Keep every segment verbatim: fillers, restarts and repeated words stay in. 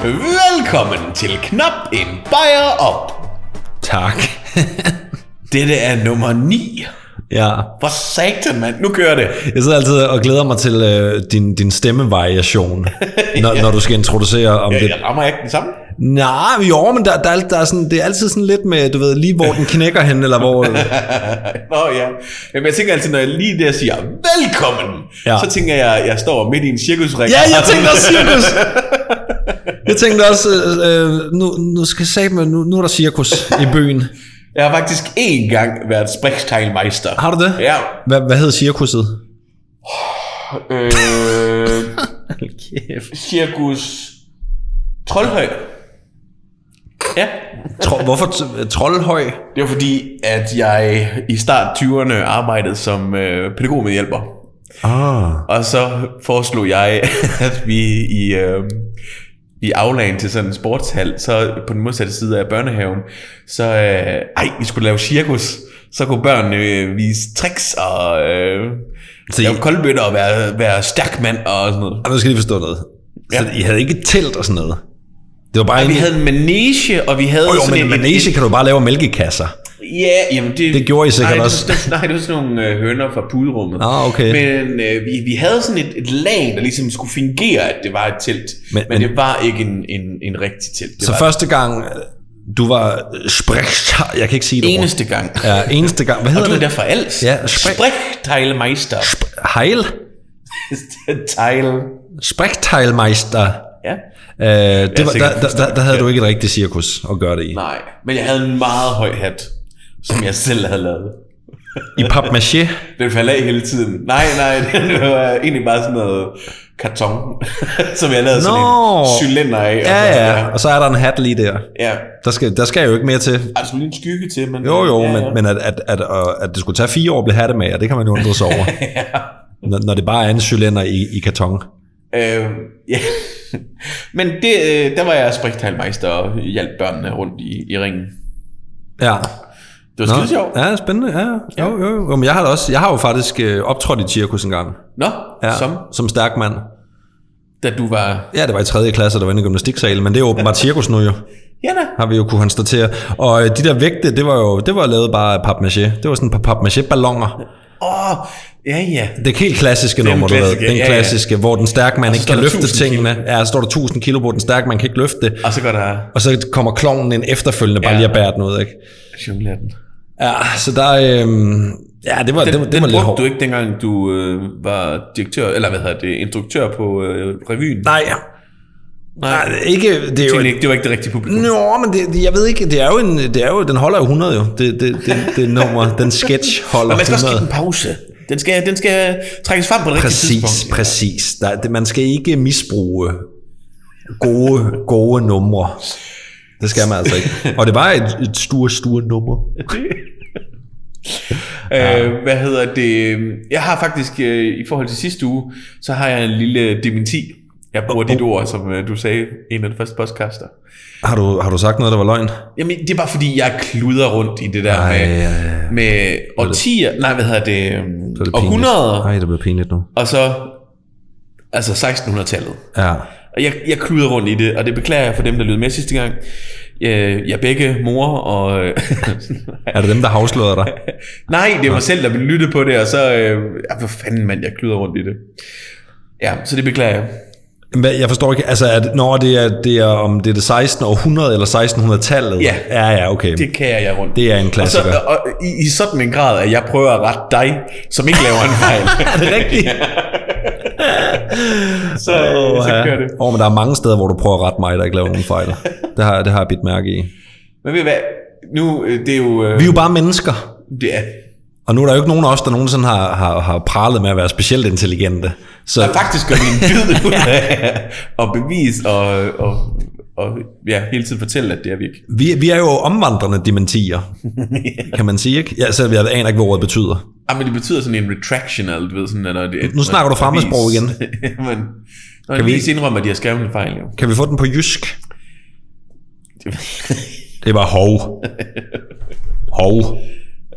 Velkommen til Knap en bajer op. Tak. Dette er nummer ni. Ja. For satan, mand. Nu kører det. Jeg sidder altid og glæder mig til øh, din, din stemmevariation, når, ja. når du skal introducere om ja, det. Jeg rammer ikke den samme. Nej, jo, men der, der, der er sådan, det er altid sådan lidt med, du ved, lige hvor den knækker hen, eller hvor... Nå ja. Jamen, jeg tænker altid, når jeg lige der siger, velkommen, ja. så tænker jeg, jeg står midt i en cirkusring. Ja, jeg tænkte også cirkus. Jeg tænkte også, øh, nu, nu skal jeg sige, nu, nu er der cirkus i byen. Jeg har faktisk én gang været Sprechsteilmeister. Har du det? Ja. Hvad, hvad hed cirkuset? Øh, cirkus Troldhøj. Ja. Tro, hvorfor t- Troldhøj? Det var fordi, at jeg i start tyverne arbejdede som øh, pædagogmedhjælper. Ah. Og så foreslog jeg, at vi i, øh, i aflagen til sådan en sportshal, så på den modsatte side af børnehaven, så øh, ej, vi skulle lave cirkus. Så kunne børnene øh, vise tricks og øh, lave koldbøtter og være, være stærk mand og sådan noget. Og nu skal I forstå noget. Så ja. I havde ikke telt og sådan noget? Det var bare ja, en... vi havde en manege, og vi havde... Oh, jo, sådan men en manege en... kan du bare lave mælkekasser. Ja, jamen det... Det gjorde I sikkert nej, også. Det, nej, det var sådan nogle øh, høner fra puderummet. Ah, okay. Men øh, vi, vi havde sådan et, et lag, der ligesom skulle fungere, at det var et telt. Men, men, men det var ikke en, en, en rigtig telt. Det så var første gang, du var Sprechsteil... Jeg kan ikke sige det. Eneste ord. gang. Ja, eneste gang. Hvad hedder og det? Og du er derfor alt. Ja, Sprechsteilmeister. Sp- Heil? Teil. Sprechsteilmeister. Ja. Øh, det var, der, der, der, der havde du ikke et rigtigt cirkus at gøre det i. Nej, men jeg havde en meget høj hat, som jeg selv havde lavet. I papmaché? Den faldt af hele tiden. Nej, nej, det var egentlig bare sådan noget karton, som jeg lavede sådan Nå. en cylinder af. Ja, ja, og så er der en hat lige der. Ja. Der skal, der skal jo ikke mere til. Ej, der skulle lige en skygge til, men... Jo, jo, ja, men, ja. men at, at, at, at det skulle tage fire år at blive hattemager, det kan man jo undre sig over. ja. når, når det bare er en cylinder i, i karton. Øh, ja. Men det, øh, der var jeg Sprechsteilmeister og hjalp børnene rundt i, i ringen. Ja. Det var skide sjovt. Ja, spændende. Ja. Ja. Jo, jo, jo. Men jeg har da også, jeg har jo faktisk øh, optrådt i cirkus en gang. Nå, Ja, som? som stærk mand. Da du var... Ja, det var i tredje klasse, der var inde i gymnastiksalen, men det er jo åbenbart cirkus nu jo. Ja da. Har vi jo kunne konstatere. Og øh, de der vægte, det var jo det var lavet bare af papmaché. Det var sådan et par papmaché-balloner. Åh, oh, ja ja. Det er helt klassiske Det er nummer, du ved. klassiske, Den ja, ja. klassiske, hvor den stærke mand Og så ikke står kan der løfte tusind tingene. kilo. Ja, så står der tusind kilo på, den stærke mand kan ikke løfte det. Og så går der... Og så kommer klovnen ind efterfølgende, bare Ja. lige at bære den ud, ikke? Jonglerer. Ja, så der... Øhm, ja, det var, Den, det, var, det den var lidt brugte hårdt. du ikke dengang du øh, var direktør, eller hvad hedder det, instruktør på øh, revyen? Nej, Nej, nej, ikke... Det er jo, ikke, det var ikke det rigtige publikum. Nå, men det, jeg ved ikke, det er jo en, det er jo, den holder jo hundrede jo, det, det, det, det nummer, den sketch holder Men man skal også give hundrede. den pause. Den skal, den skal trækkes frem på det rigtige Præcis, tidspunkt. præcis. Der, det, man skal ikke misbruge gode, gode numre. Det skal man altså ikke. Og det var et, et stort, stort nummer. Ja. Øh, hvad hedder det? Jeg har faktisk, øh, i forhold til sidste uge, så har jeg en lille dementi. Jeg bruger oh, dit ord, som øh, du sagde, en af de første podcaster. Har du, har du sagt noget, der var løgn? Jamen, det er bare fordi, jeg kluder rundt i det der Ej, med, ja, ja. med årtier, nej, hvad hedder det, Så er det århundreder, Nej, det bliver pinligt nu. og så, altså sekstenhundredetallet. Ja. Og jeg, jeg kluder rundt i det, og det beklager jeg for dem, der lyttede med sidste gang. Jeg, jeg er begge mor, og... Er det dem, der havslåede dig? Nej, det er mig selv, der vil lytte på det, og så... Øh, for fanden, mand, jeg kluder rundt i det. Ja, så det beklager jeg. Hvad, jeg forstår ikke, altså at når det er, det er om det er det sekstende århunrede eller sekstenhundredetallet. Ja. Ja, ja, okay. Det kan jeg rundt. Det er en klassiker. Og, så, og i, i sådan en grad, at jeg prøver at rette dig, som ikke laver en fejl. Er det rigtigt? så, oh, så kører det. Åh, oh, men der er mange steder, hvor du prøver at rette mig, der ikke laver nogen fejl. Det har, det har jeg bidt mærke i. Men ved I hvad? Nu, det er jo... Øh, Vi er jo bare mennesker. Det er... Og nu er der jo ikke nogen af os, der nogensinde har, har, har pralet med at være specielt intelligente. Så... Der faktisk gør vi en dyd ud af at bevise og, og, og ja, hele tiden fortælle, at det er vi ikke. Vi, vi er jo omvandrende dementier, kan man sige, ikke? Ja, selv jeg aner ikke, hvad ordet betyder. Ja, men det betyder sådan en retraction, eller du ved sådan, eller det, nu snakker du fremmedsprog igen. men når kan vi vi indrømmer, at de har skrevet en fejl, jo. Kan vi få den på jysk? Det var hov. Hov.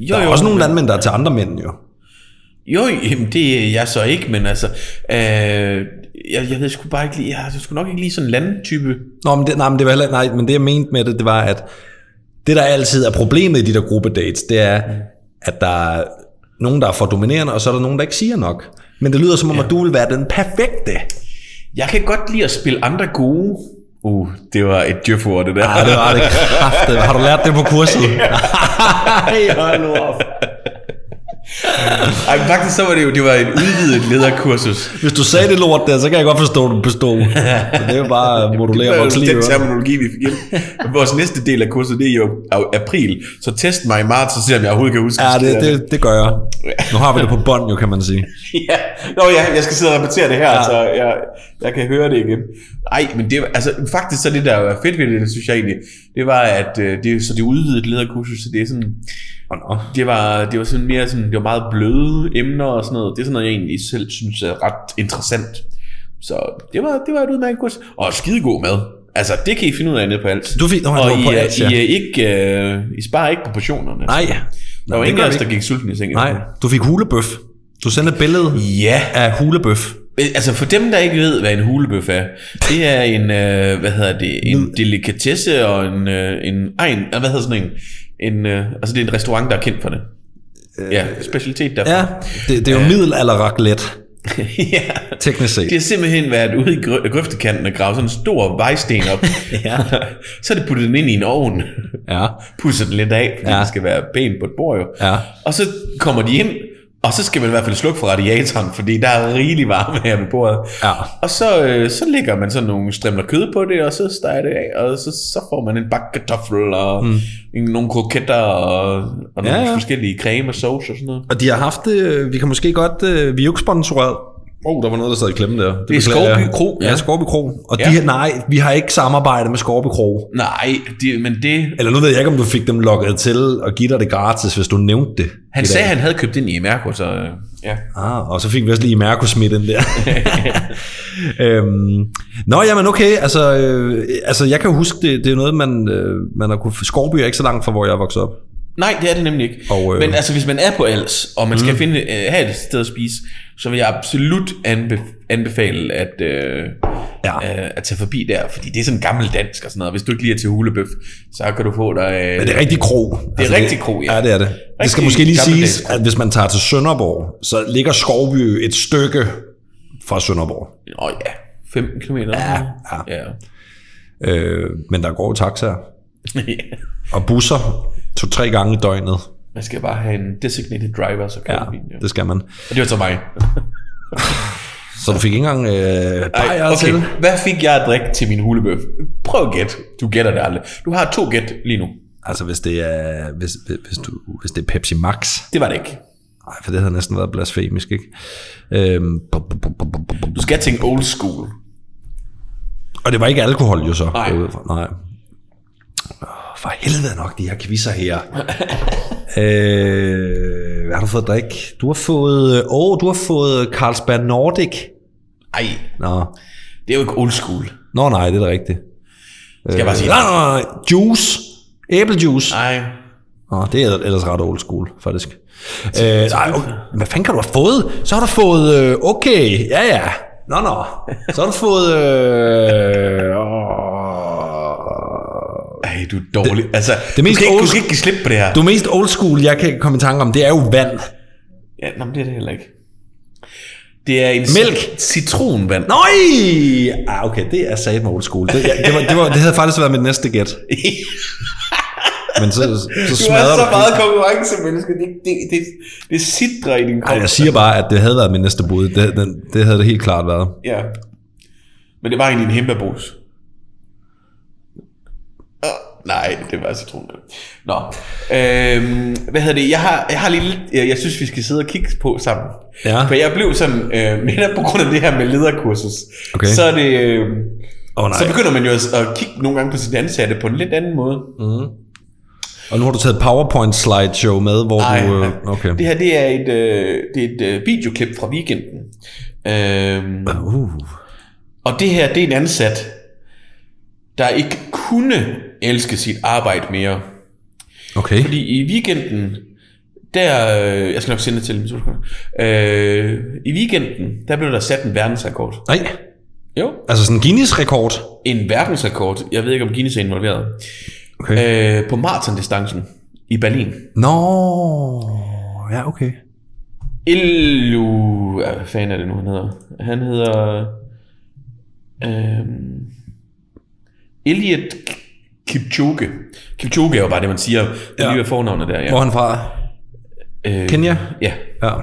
Jo, der er jo, også nogle men... landmænd, der er til andre mænd, jo. Jo, jamen, det er jeg så ikke, men altså, øh, jeg, jeg ved sgu bare ikke lige, jeg, jeg skulle nok ikke lige sådan en landtype. Nå, men det, nej, men det var heller, nej, men det jeg mente med det, det var, at det der altid er problemet i de der gruppedates, det er, mm. at der er nogen, der er for dominerende, og så er der nogen, der ikke siger nok. Men det lyder som om, ja. At du vil være den perfekte. Jeg kan godt lide at spille andre gode. Uh, det var et djøford, det der. Ah, det var det kraftigt. Har du lært det på kurset? Ej, hold nu op. Ej, faktisk så var det jo det var en udvidet lederkursus. Hvis du sagde det lort der, så kan jeg godt forstå, at du bestod. Så det er jo bare at modulere vores liv. Det er den terminologi, vi fik ind. Vores næste del af kurset, det er jo april. Så test mig i marts, og se om jeg overhovedet kan huske. Ja, det, det, det gør jeg. Nu har vi det på bånd jo, kan man sige. Ja, Nå, ja jeg skal sidde og repetere det her, ja. Så jeg, jeg kan høre det igen. Ej, men det altså faktisk så det der var fedt ved det, synes jeg egentlig, det var at det så det udvidede lederkursus, så det er sådan det var det var sådan mere sådan det var meget bløde emner og sådan noget. Det er sådan noget jeg egentlig selv synes er ret interessant. Så det var det var et udmærket kursus og skidegod mad. Altså det kan I finde ud af nede på alt. Du fik, og I, på alt, ja. I, I ikke uh, I sparer ikke på portionerne. Nej. Der var ingen af os der gik sulten i sengen. Nej, du fik hulebøf. Du sendte et billede ja. Af hulebøf. Altså for dem der ikke ved hvad en hulebøf er, det er en uh, hvad hedder det en delikatesse og en uh, en egen hvad hedder sådan en en uh, altså det er en restaurant der er kendt for det. Øh, ja, specialitet derfra. Ja, det, det er jo uh, middelalder raclette. Ja, teknisk set. Det har simpelthen været ude i grø- grøftekanten og grave sådan en stor vejsten op. Ja. Så er det puttet den ind i en ovn. Ja. Pusser den lidt af, fordi ja. Det skal være pænt på et bord jo. Ja. Og så kommer de ind, og så skal man i hvert fald slukke for radiatoren, fordi der er rigelig varme her ved bordet. Ja. Og så, øh, så lægger man sådan nogle strimler kød på det, og så steger det af, og så, så får man en bakke kartoffel, og mm. en, nogle kroketter, og, og nogle ja, ja. Forskellige creme og sauce og sådan noget. Og de har haft det, vi kan måske godt, øh, vi er jo ikke sponsoreret. Åh, oh, der var noget, der sad i klemme der. Det, det er Skovby Kro. Ja, ja Skovby Kro. Og ja. de, nej, vi har ikke samarbejdet med Skovby Kro. Nej, de, men det... Eller nu ved jeg ikke, om du fik dem lukket til at give dig det gratis, hvis du nævnte det. Han sagde, at han havde købt ind i Imerco, så ja. Ah, og så fik vi også lige Imerco smidt ind der. øhm, Nå, jamen okay, altså, øh, altså jeg kan jo huske, det, det er noget, man, øh, man har kunne... Skovby er ikke så langt fra, hvor jeg er vokset op. Nej, det er det nemlig ikke. Og, øh... Men altså, hvis man er på Als, og man skal mm. finde, øh, have et sted at spise, så vil jeg absolut anbef- anbefale at, øh, ja. øh, at tage forbi der, fordi det er sådan gammel dansk og sådan noget. Hvis du ikke lige er til hulebøf, så kan du få dig... Øh, Men det er rigtig kro. Det er altså, rigtig kro, ja. Ja, det er det. Rigtig det skal måske lige siges, at hvis man tager til Sønderborg, så ligger Skovby et stykke fra Sønderborg. Åh oh, ja, femten kilometer. Ja, ja. ja. Øh, men der går taxaer. Ja. Og busser to-tre gange i døgnet. Man skal bare have en designated driver, så kan ja, bilen, ja, det skal man. Og det var så mig. Så du fik ikke engang øh, bajer okay. til? Hvad fik jeg at drikke til min hulebøf? Prøv at gætte. Du gætter det aldrig. Du har to gæt lige nu. Altså hvis det er hvis, hvis, du, hvis det er Pepsi Max. Det var det ikke. Nej, for det havde næsten været blasfemisk, ikke? Øhm, du skal tænke old school. Og det var ikke alkohol jo så. Nej. Nej. For helvede nok, de her quizzer her. øh, hvad har du fået at drikke? Du har fået... Åh, oh, du har fået Carlsberg Nordic. Ej. Nå. Det er jo ikke old school. Nå nej, det er da rigtigt. Skal jeg bare sige øh, nej, nej, nej. Juice. Æblejuice. Nej. Nå, det er ellers ret old school, faktisk. Øh, nej, okay. Hvad fanden kan du have fået? Så har du fået... Øh, okay, ja ja. Nå, nå. Så har du fået... Øh, Ej, du er dårlig. Det, altså, det mest du, kan ikke, old, du kan ikke give slip på det her. Det mest old school, jeg kan komme i tanke om, det er jo vand. Ja, nå, men det er det heller ikke. Det er en mælk. Citronvand. Nej! Ah, okay, det er satme old school. Det, ja, det, var, det, var, det havde faktisk været mit næste gæt. Men så, så smadrer du er så du meget konkurrencemenneske. Det, det, det, det sidder i din krop. Ej, jeg siger bare, at det havde været mit næste bud. Det, det, det havde det helt klart været. Ja. Men det var egentlig en himbeerbrus. Oh, nej, det var citronvand. Nå. Øhm, hvad hedder det? Jeg har, jeg har lige lidt, jeg, jeg synes, vi skal sidde og kigge på sammen. Ja. For jeg blev sådan, øh, netop på grund af det her med lederkursus. Okay. Så er det... Øh, oh, så begynder man jo at, at kigge nogle gange på sine ansatte på en lidt anden måde. Mm. Og nu har du taget et PowerPoint slideshow med, hvor Ej, du... Øh, okay. Det her, det er et, øh, det er et øh, videoklip fra weekenden. Øhm, uh. Og det her, det er en ansat, der ikke kunne elske sit arbejde mere. Okay. Fordi i weekenden, der, øh, jeg skal nok sende det til dem. Øh, I weekenden, der blev der sat en verdensrekord. Nej. Jo. Altså sådan en Guinness-rekord? En verdensrekord. Jeg ved ikke, om Guinness er involveret. Okay. Øh, på maratondistancen i Berlin. Nå, ja, okay. Elu... Hvad fanden er det nu, han hedder? Han hedder... Øh, Eliud Kipchoge. Kipchoge er jo bare det, man siger. Det er ja. Lige ved fornavnet der, ja. Hvor er han fra? Øh, Kenya? Ja. Ja.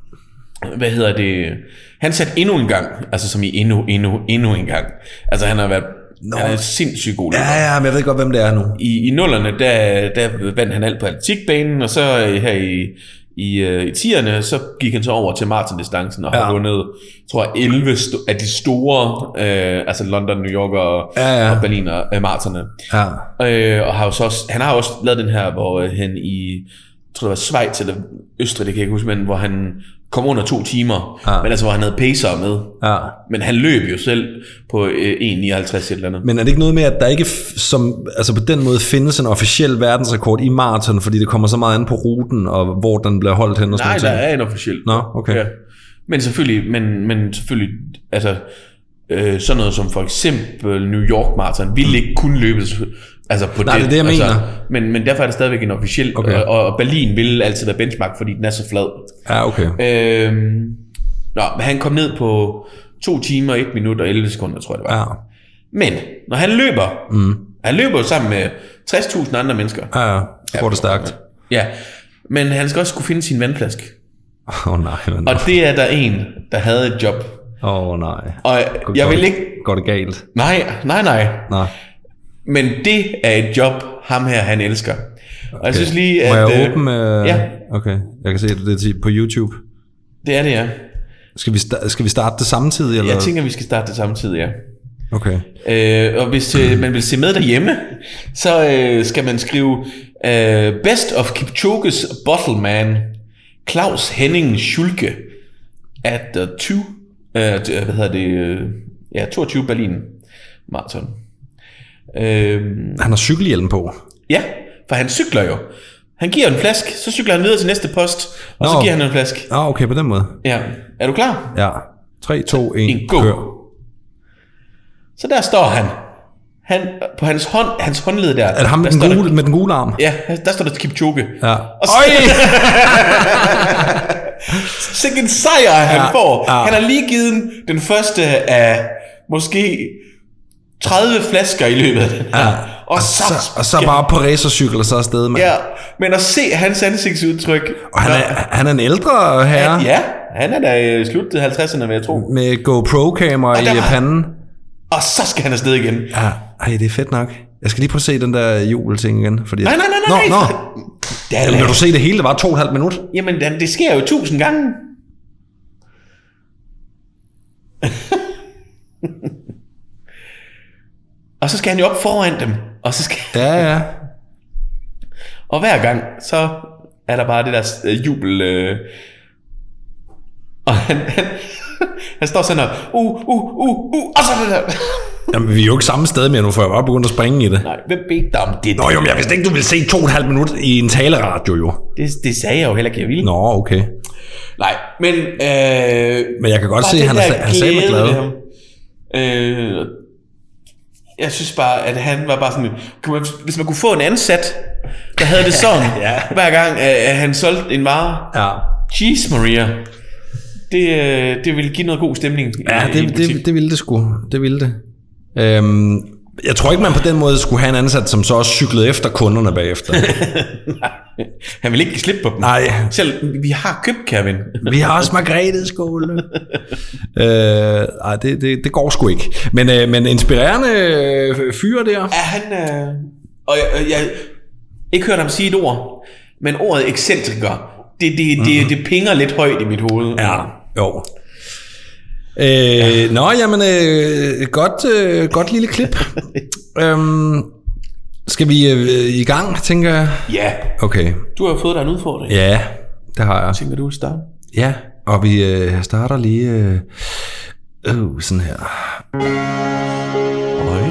Hvad hedder det? Han satte endnu en gang, altså som i endnu, endnu, endnu en gang. Altså han har været, Nå. han er sindssygt god. Ja, ja, men jeg ved godt, hvem det er nu. I, i nullerne, der, der vandt han alt på atletikbanen, og så her i, i, i tierne, så gik han så over til maratondistancen, og ja. har vundet, tror jeg, elleve sto- af de store, øh, altså London, New York og, ja, ja. og Berlin og øh, maratonerne. Ja. Øh, og har jo så også, han har også lavet den her, hvor han i, jeg tror det var Schweiz eller Østrig, det kan jeg ikke huske, men hvor han kom under to timer, ja. men altså hvor han havde pacer med. Ja. Men han løb jo selv på øh, en nioghalvtreds et eller andet. Men er det ikke noget med, at der ikke f- som, altså på den måde findes en officiel verdensrekord i maraton, fordi det kommer så meget an på ruten, og hvor den bliver holdt hen og sådan noget? Nej, der er en officiel. Nå, okay. Ja. Men selvfølgelig, men, men selvfølgelig, altså øh, sådan noget som for eksempel New York Marathon, ville ikke kunne løbes altså på Nej, det. det er det, jeg altså, mener. Men, men derfor er det stadigvæk en officiel, okay. og, og Berlin vil altid være benchmark, fordi den er så flad. Ja, okay. Øhm, nå, men han kom ned på to timer, et minut og elleve sekunder, tror jeg det var. Ja. Men når han løber, mm. han løber jo sammen med tres tusind andre mennesker. Ja, ja, så går det stærkt. Ja, men han skal også kunne finde sin vandflaske. Åh oh, nej, men... Og det er der en, der havde et job. Åh oh, nej. Og går, jeg vil ikke... Går det galt? Nej, nej, nej. Nej. Men det er et job, ham her, han elsker. Okay. Og jeg synes lige, at... Må jeg åbne... Øh, ja. Okay, jeg kan se det, det er på YouTube. Det er det, ja. Skal vi, sta- skal vi starte det samtidig? Eller? Jeg tænker, vi skal starte det samtidig, ja. Okay. Øh, og hvis øh, man vil se med derhjemme, så øh, skal man skrive øh, Best of Kipchoges Bottleman, Claus Henning Schulke, at the two, øh, hvad hedder det, øh, ja, toogtyve Berlin Marathon. Øh, han har cykelhjelm på. Ja, for han cykler jo. Han giver en flaske, så cykler han videre til næste post, og Nå. så giver han en flaske. Ah, okay, på den måde. Ja. Er du klar? Ja. tre, to, et, en, kør. Så der står han. Han på hans hånd, hans håndled der. Er det ham med, den gule, der, med den gule arm? Ja, der står der Kipchoge. Ja. Og så, sikke en sejr han ja, får. Ja. Han har lige givet den første af måske tredive flasker i løbet af den her. Ja. Og, og, så, så, og så bare på racercykel og så afsted, mand. Ja, men at se hans ansigtsudtryk. Og han er, han er en ældre herre. Ja, han er da i slut halvtredserne, vil jeg tro. Med GoPro-kamera i var, panden. Og så skal han afsted igen. Ja, ej, det er fedt nok. Jeg skal lige prøve at se den der jubelting igen. Fordi nej, nej, nej, nej. Nå, nå. Jamen, vil du se det hele? Det var to og et halvt minut. Jamen, det sker jo tusind gange. Og så skal han jo op foran dem. Og så skal ja, ja. Og hver gang, så er der bare det der uh, jubel. Uh... Og han, han, han står sådan og, uh, uh, uh, uh, og så det der. Jamen, vi er jo ikke samme sted mere nu, for jeg var begyndt at springe i det. Nej, hvem bedte dig om det? Nå jo, men jeg vidste ikke, du ville se to og et halvt minut i en taleradio, jo. Det, det sagde jeg jo heller ikke, jeg ville. Nå, okay. Nej, men... Øh, men jeg kan godt se, at han, er, han sagde mig glad. Øh, jeg synes bare, at han var bare sådan... Man, hvis man kunne få en ansat, der havde det sådan, ja. hver gang, at han solgte en vare. Ja. Jeez, Maria. Det, det ville give noget god stemning. Ja, i, det, i det, det ville det sgu. Det ville det. Øhm, jeg tror ikke, man på den måde skulle have en ansat, som så også cyklede efter kunderne bagefter. Nej, han vil ikke give slip på dem. Nej. Selv, vi har købt, Kevin. Vi har også Margrethe skole. øh, ej, det, det, det går sgu ikke. Men, øh, men inspirerende fyre der. Ja, han... Øh, og jeg, jeg ikke hørt ham sige et ord, men ordet ekscentriker, det, det, mm-hmm. det, det pinger lidt højt i mit hoved. Ja, jo. Øh, ja. Nå, jamen, øh, godt, øh, godt lille klip. øhm, skal vi øh, i gang, tænker jeg? Ja. Okay. Du har jo fået dig en udfordring. Ja, det har jeg. Tænker du at starte? Ja, og vi øh, starter lige øh, øh, sådan her. Øj.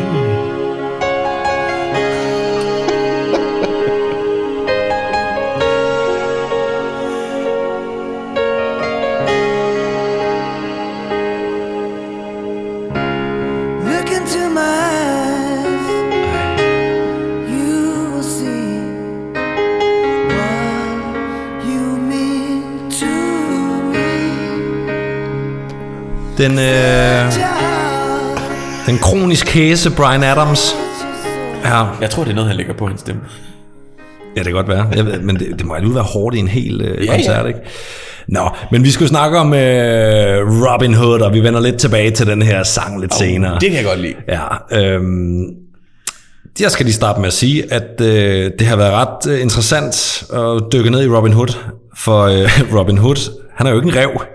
Den, øh, den kronisk hæse Bryan Adams. Ja. Jeg tror, det er noget, han lægger på hans stemme. Ja, det kan godt være. Jeg ved, men det, det må alligevel være hårdt i en hel øh, ja, koncert, ja. ikke? Nå, men vi skal snakke om øh, Robin Hood, og vi vender lidt tilbage til den her sang lidt oh, senere. Det kan jeg godt lide. Ja, øhm, jeg skal lige starte med at sige, at øh, det har været ret øh, interessant at dykke ned i Robin Hood, for øh, Robin Hood, han er jo ikke en ræv.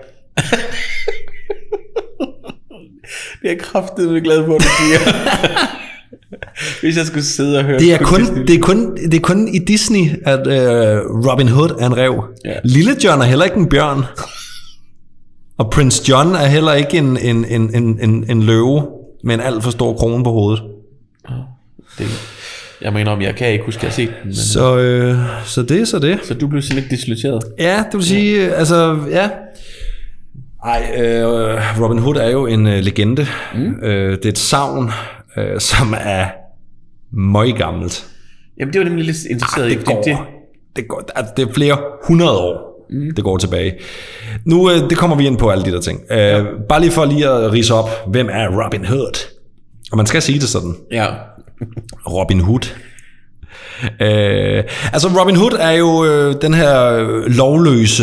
Det er jeg kraftedeme glad for, at du siger. Hvis jeg skulle sidde og høre... Det er kun, det er kun, det er kun i Disney, at øh, Robin Hood er en ræv. Ja. Lille John er heller ikke en bjørn. Og Prince John er heller ikke en, en, en, en, en, en løve med en alt for stor krone på hovedet. Det, jeg mener om, jeg kan ikke huske, at jeg har set den. Men... Så, øh, så det er så det. Så du blev sådan lidt disloceret? Ja, det vil sige, ja. altså, ja... Ej, øh, Robin Hood er jo en øh, legende. Mm. Øh, det er et sagn, øh, som er møggammelt. Jamen, det var nemlig lidt interesseret Arh, i. det, går, det, det, går, altså, det er flere hundrede år, mm. det går tilbage. Nu, øh, det kommer vi ind på, alle de der ting. Øh, ja. Bare lige for lige at ridse op, hvem er Robin Hood? Og man skal sige det sådan. Ja. Robin Hood. Øh, altså, Robin Hood er jo øh, den her lovløse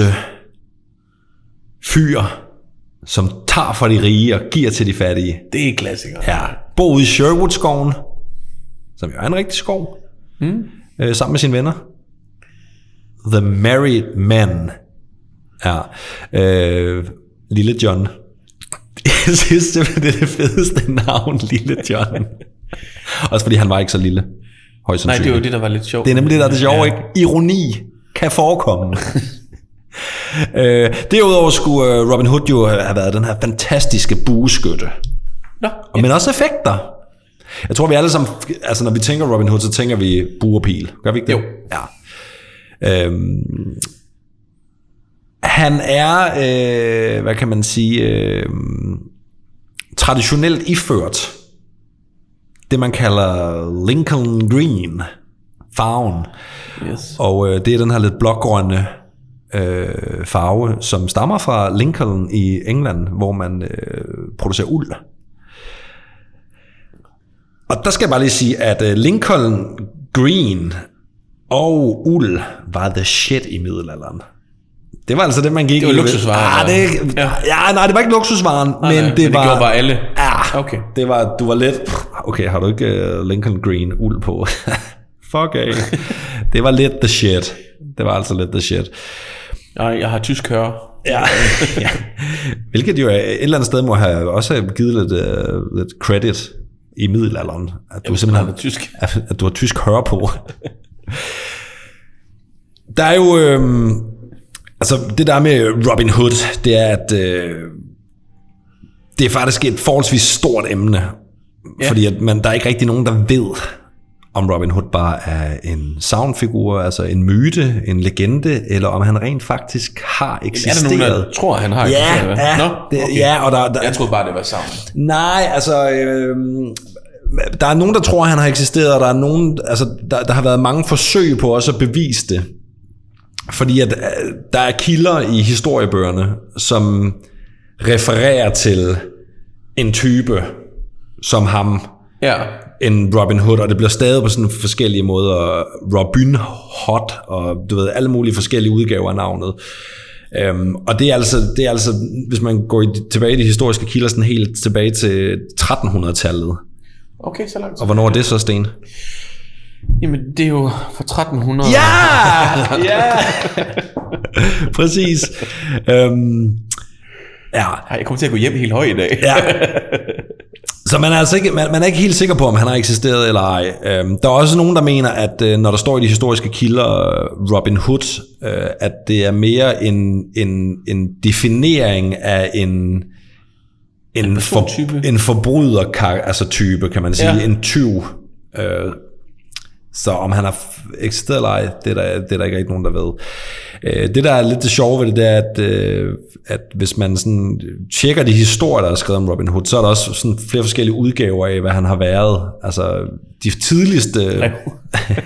fyr, som tager fra de rige og giver til de fattige. Det er klassiker. Ja, bor ude i Sherwood-skoven, som jo er en rigtig skov, mm. øh, sammen med sine venner. The Married Men. Ja, øh, Lille John. Jeg synes simpelthen, det er det fedeste navn, Lille John. Også fordi han var ikke så lille. Nej, det er jo det, der var lidt sjovt. Det er nemlig det, der er det sjove, ja. Ikke? Ironi kan forekomme. Øh, derudover skulle øh, Robin Hood jo have været den her fantastiske bueskytte. Nå, ja. Men også effekter. Jeg tror vi alle sammen, altså når vi tænker Robin Hood, så tænker vi bue og pil. Gør vi ikke det? Jo. Ja. Øhm, han er, øh, hvad kan man sige, øh, traditionelt iført det man kalder Lincoln Green farven. Yes. Og øh, det er den her lidt blågrønne Øh, farve, som stammer fra Lincoln i England, hvor man øh, producerer uld. Og der skal jeg bare lige sige, at øh, Lincoln Green og uld var the shit i middelalderen. Det var altså det, man gik i. Det var luksusvaren. Ah, det, ja. ja, nej, det var ikke luksusvaren, ah, men, nej, det, men var, det gjorde bare alle. Ja, okay. Det var, du var lidt, okay, har du ikke uh, Lincoln Green uld på? Fuck af. Det var lidt the shit. Det var altså lidt the shit. Nej, jeg har tysk hører. Ja. Ja. Hvilket jo et eller andet sted må have også have givet lidt, uh, lidt credit i middelalderen. At du ja, simpelthen har tysk. At, at du har tysk høre på. Der er jo øhm, altså det der med Robin Hood, det er at øh, det er faktisk et forholdsvis stort emne, ja. Fordi at man, der er ikke rigtig nogen der ved om Robin Hood bare er en sagnfigur, altså en myte, en legende, eller om han rent faktisk har eksisteret. Er der nogen, der tror, han har ja, eksisteret? Ja, Nå, det, okay. ja, og der, der, jeg troede bare, det var savn. Nej, altså, øh, der er nogen, der tror, han har eksisteret, og der er nogen, altså, der, der har været mange forsøg på også at bevise det. Fordi at der er kilder i historiebøgerne, som refererer til en type som ham, ja. En Robin Hood, og det bliver stadig på sådan forskellige måder Robin Hood, og du ved, alle mulige forskellige udgaver af navnet. Øhm, og det er, altså, det er altså, hvis man går i, tilbage i de historiske kilder, sådan helt tilbage til trettenhundredetallet. Okay, så langt. Og hvornår er det så, Sten? Jamen, det er jo fra tretten hundrede. Ja! Ja! Præcis. Øhm, ja. Jeg kommer til at gå hjem helt høj i dag. Ja. Så man er altså ikke, man, man er ikke helt sikker på, om han har eksisteret eller ej. Øhm, der er også nogen, der mener, at øh, når der står i de historiske kilder Robin Hood, øh, at det er mere en, en, en definering af en en, en, for, en forbryder altså type, kan man sige, ja. En tyv. Øh, så om han har eksisteret eller ej, det er, der, det er der ikke rigtig nogen, der ved. Øh, det, der er lidt det sjove ved det, det er, at, øh, at hvis man sådan tjekker de historier, der er skrevet om Robin Hood, så er der også sådan flere forskellige udgaver af, hvad han har været. Altså, de tidligste...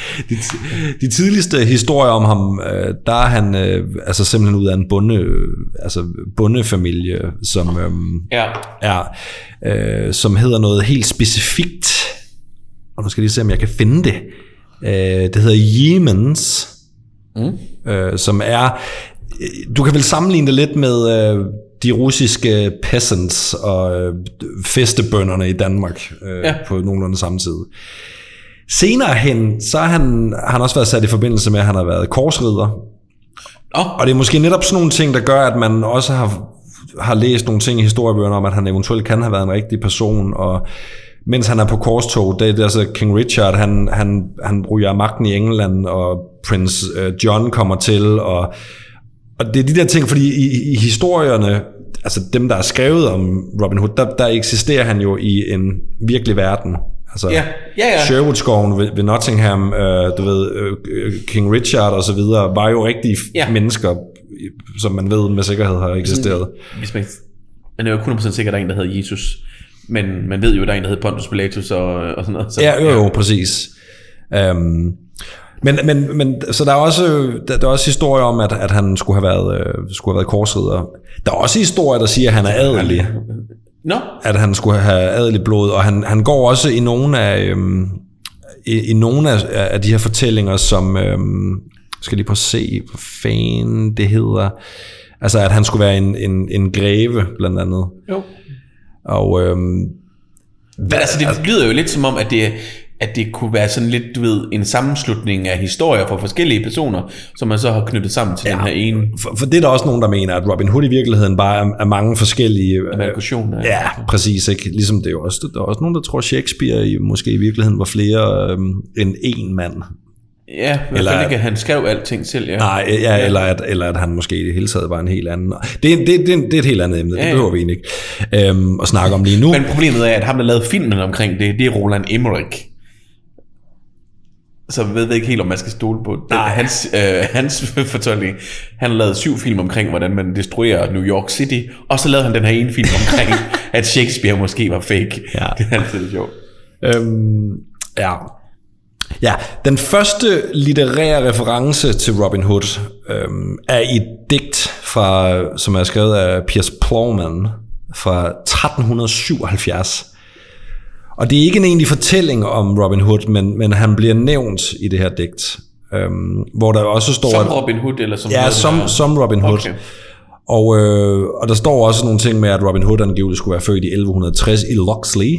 de, de tidligste historier om ham, øh, der er han øh, altså simpelthen ud af en bonde, øh, altså bondefamilie, som øh, ja. er, øh, som hedder noget helt specifikt. Og nu skal jeg lige se, om jeg kan finde det. Øh, det hedder Yemens, mm. øh, som er... Du kan vel sammenligne det lidt med øh, de russiske peasants og øh, festebønderne i Danmark øh, ja. På nogenlunde samme tid. Senere hen, så har han, han også været sat i forbindelse med, at han har været korsridder. Oh. Og det er måske netop sådan nogle ting, der gør, at man også har, har læst nogle ting i historiebøgerne om, at han eventuelt kan have været en rigtig person, og mens han er på korstog, det er altså King Richard, han, han, han bruger magten i England, og Prince John kommer til, og, og det er de der ting, fordi i, i historierne, altså dem, der er skrevet om Robin Hood, der, der eksisterer han jo i en virkelig verden. Altså ja, ja, ja. Sherwood-skoven ved, ved Nottingham, øh, du ved, øh, King Richard og så videre, var jo rigtige ja. mennesker, som man ved med sikkerhed har eksisteret. Hvis man, man er jo hundrede procent sikker, at der er en, der hedder Jesus. Men man ved jo, at der er en, der hedder Pontius Pilatus og, og sådan noget. Så, ja, jo, jo, præcis. Um, men, men, men så der er også, der, der er også historier om, at, at han skulle have været, uh, skulle have været korsridder. Der er også historier, der siger, at han er adelig. No. At han skulle have adelig blod, og han, han går også i nogle af, um, i, i nogle af, af de her fortællinger, som, um, skal lige prøve at se, hvad fanden det hedder, altså at han skulle være en, en, en greve, blandt andet. Jo. Og øhm, men altså det lyder jo lidt som om at det at det kunne være sådan lidt, du ved, en sammenslutning af historier fra forskellige personer, som man så har knyttet sammen til ja, den her ene. For, for det er der også nogen, der mener, at Robin Hood i virkeligheden bare er, er mange forskellige versioner. Øh, ja, præcis, ikke? Ligesom det er jo også, der er også nogen, der tror, Shakespeare i, måske i virkeligheden var flere øh, end én mand. Ja, i hvert fald ikke, at han skrev alting selv. Ja. Nej, ja, ja. Eller, at, eller at han måske i det hele taget var en helt anden. Det, det, det, det er et helt andet emne, ja, det behøver vi egentlig ikke øhm, at snakke om lige nu. Men problemet er, at ham, der lavede filmen omkring det, det er Roland Emmerich. Så ved jeg ikke helt, om man skal stole på den, hans, øh, hans fortolkning. Han har lavet syv film omkring, hvordan man destruerer New York City, og så lavede han den her ene film omkring, at Shakespeare måske var fake. Ja. Det er altid sjovt. Øhm, ja. Ja, den første litterære reference til Robin Hood øhm, er i et digt, fra, som er skrevet af Piers Plowman fra tretten syvoghalvfjerds. Og det er ikke en egentlig fortælling om Robin Hood, men, men han bliver nævnt i det her digt, øhm, hvor der også står... Som Robin Hood, eller som... Ja, som, der... som Robin Hood. Okay. Og, øh, og der står også nogle ting med, at Robin Hood angiveligt skulle være født i elleve tres i Locksley.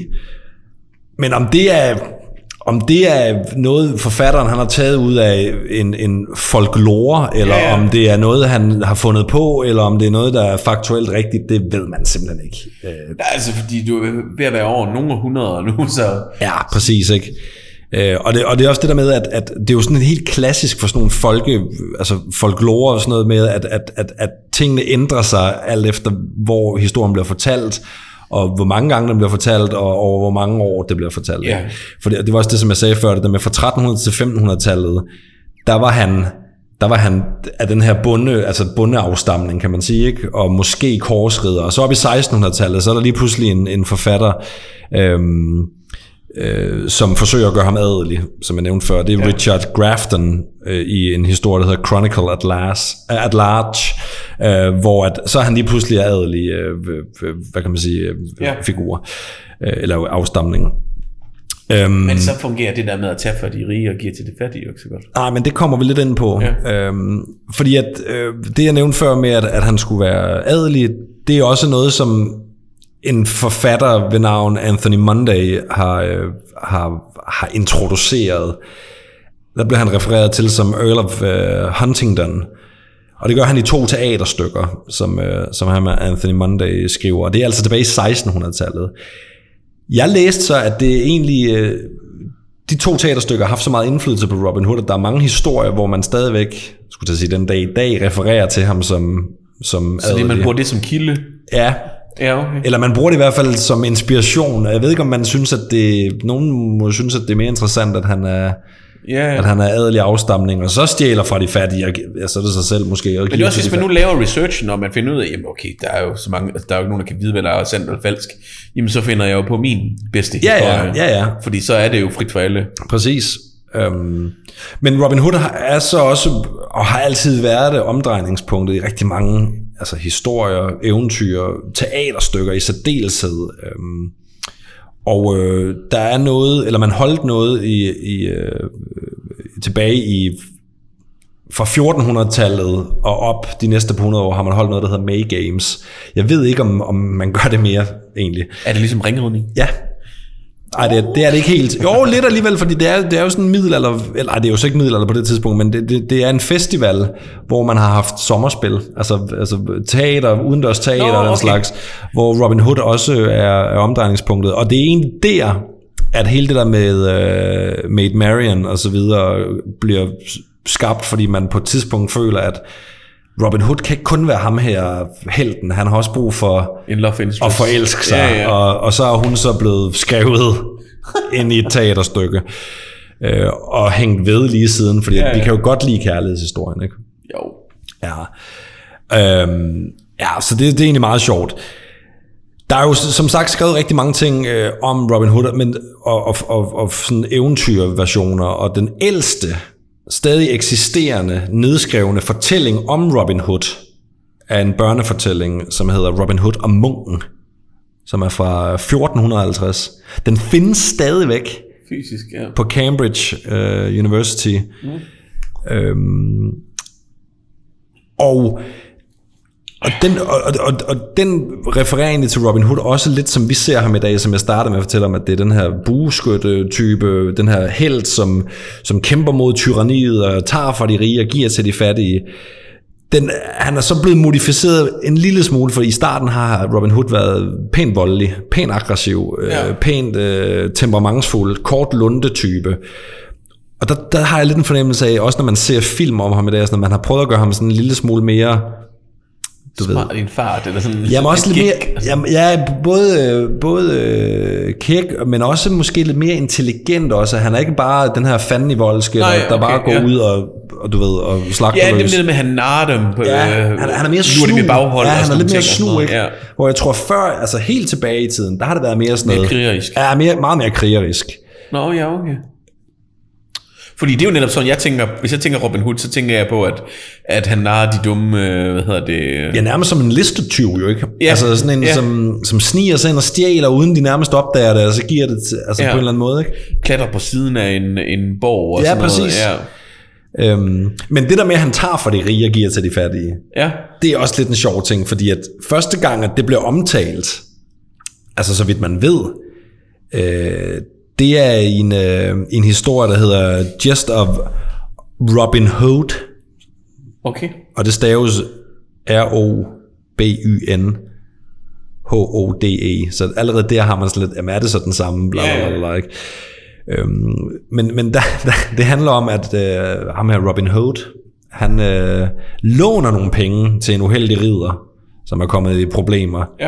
Men om det er... Om det er noget, forfatteren han har taget ud af en, en folklore, eller ja, ja. om det er noget, han har fundet på, eller om det er noget, der er faktuelt rigtigt, det ved man simpelthen ikke. Ja, altså, fordi du er ved at være over nogle hundreder nu, så... Ja, præcis, ikke? Og det, og det er også det der med, at, at det er jo sådan helt klassisk for sådan nogle folke, altså folklore og sådan noget med, at, at, at, at tingene ændrer sig alt efter, hvor historien bliver fortalt, og hvor mange gange den bliver fortalt, og over hvor mange år det bliver fortalt. Yeah. For det, det var også det, som jeg sagde før, det der med fra tretten hundrede til femten hundrede-tallet, der var han, der var han af den her bonde, altså bondeafstamning, kan man sige, ikke? Og måske korsridder. Og så op i seksten hundrede-tallet, så er der lige pludselig en, en forfatter, øhm, øh, som forsøger at gøre ham adelig, som jeg nævnte før. Det er yeah. Richard Grafton øh, i en historie, der hedder Chronicle at, Last, at Large, øh, hvor at, så er han lige pludselig adelig, øh, hvad kan man sige, øh, yeah. figur, øh, eller afstamning. Um, men så fungerer det der med at tage fra de rige og give til de fattige jo ikke så godt. Nej, men det kommer vi lidt ind på. Ja. Um, fordi at, øh, det jeg nævnte før med, at, at han skulle være adelig, det er også noget, som en forfatter ved navn Anthony Munday har, øh, har, har introduceret. Der blev han refereret til som Earl of uh, Huntingdon. Og det gør han i to teaterstykker, som, øh, som han med Anthony Munday skriver. Og det er altså tilbage i seksten hundrede-tallet. Jeg læste så, at det egentlig, øh, de to teaterstykker har haft så meget indflydelse på Robin Hood, at der er mange historier, hvor man stadigvæk, skulle jeg sige, den dag i dag refererer til ham som, som så det, man bruger det som kilde? Ja. Ja, okay. Eller man bruger det i hvert fald som inspiration. Jeg ved ikke, om man synes, at det, nogen må synes, at det er mere interessant, at han er, yeah. at han er adelig afstamning, og så stjæler fra de fattige, og så er det sig selv måske. Men det er også, hvis man nu laver researchen, og man finder ud af, jamen okay, der er jo så mange, altså, der er jo ikke nogen, der kan vide, hvad der er sandt eller falsk, jamen så finder jeg jo på min bedste historie. Ja, ja, ja, ja. Fordi så er det jo frit for alle. Præcis. Øhm, men Robin Hood er så også, og har altid været det, omdrejningspunktet i rigtig mange altså historier, eventyr, teaterstykker i særdeleshed. Øhm, og øh, der er noget, eller man holdt noget i, i, øh, tilbage i fra fjortenhundredetallet og op de næste par hundrede år har man holdt noget, der hedder May Games. Jeg ved ikke, om, om man gør det mere, egentlig. Er det ligesom ringridning? Ja. Ej, det er, det er det ikke helt. Jo, lidt alligevel, fordi det er, det er jo sådan en middelalder, eller ej, det er jo så ikke middelalder på det tidspunkt, men det, det, det er en festival, hvor man har haft sommerspil, altså, altså teater, udendørs teater og den okay. slags, hvor Robin Hood også er, er omdrejningspunktet. Og det er egentlig der, at hele det der med uh, Maid Marian og så videre bliver skabt, fordi man på et tidspunkt føler, at Robin Hood kan ikke kun være ham her helten, han har også brug for at forelske sig, ja, ja. Og, og så er hun så blevet skrevet ind i et teaterstykke øh, og hængt ved lige siden, fordi ja, ja. Vi kan jo godt lide kærlighedshistorien, ikke? Jo. Ja, øhm, ja så det, det er egentlig meget sjovt. Der er jo som sagt skrevet rigtig mange ting øh, om Robin Hood, men, og, og, og, og sådan eventyrversioner, og den ældste stadig eksisterende, nedskrevne fortælling om Robin Hood er en børnefortælling, som hedder Robin Hood og Munken, som er fra fjorten halvtreds. Den findes stadigvæk fysisk, ja. På Cambridge uh, University. Mm. Øhm, og Og den, og, og, og den refererer egentlig til Robin Hood også lidt som vi ser ham i dag, som jeg startede med at fortælle om, at det er den her bueskytte-type, den her helt, som, som kæmper mod tyranniet og tager fra de rige og giver til de fattige. Den, han er så blevet modificeret en lille smule, for i starten har Robin Hood været pænt voldelig, pænt aggressiv, ja. øh, pænt øh, temperamentsfuld, kort lunde-type. Og der, der har jeg lidt en fornemmelse af, også når man ser film om ham i dag, sådan, at man har prøvet at gøre ham sådan en lille smule mere... Du smart ved. I en fart, eller sådan jamen også lidt mere, jamen, ja, både, både øh, kæk, men også måske lidt mere intelligent også. Han er ikke bare den her fandenivoldske, der, der okay, bare går ja. ud og, og, du ved, og slagter løs. Ja, løs. det er med, at han narrer dem på, ja, han, han er mere snu. Ja, han er lidt mere snu, ikke? Ja. Hvor jeg tror før, altså helt tilbage i tiden, der har det været mere sådan noget. Mere krigerisk. Ja, mere, meget mere krigerisk. Nå, ja, okay. Fordi det er jo netop sådan, jeg tænker, hvis jeg tænker Robin Hood, så tænker jeg på, at, at han narrer de dumme, hvad hedder det... Ja, nærmest som en listetyv jo, ikke? Ja. Altså sådan en, ja. som, som sniger sig ind og stjæler, uden de nærmest opdager det, og så giver det til, altså ja. på en eller anden måde, ikke? Klatrer på siden af en, en borg og ja, sådan præcis. noget. Ja, øhm, men det der med, at han tager fra de rige og giver til de fattige, ja. det er også lidt en sjov ting, fordi at første gang, at det bliver omtalt, altså så vidt man ved, øh, det er en, øh, en historie, der hedder Just of Robin Hood. Okay. Og det staves R O B Y N H O D E. Så allerede der har man sådan lidt, jamen er det så den samme? Bla, bla, bla, bla, ikke? Øhm, men men der, der, det handler om, at øh, ham her Robin Hood, han øh, låner nogle penge til en uheldig ridder, som er kommet i problemer. Ja.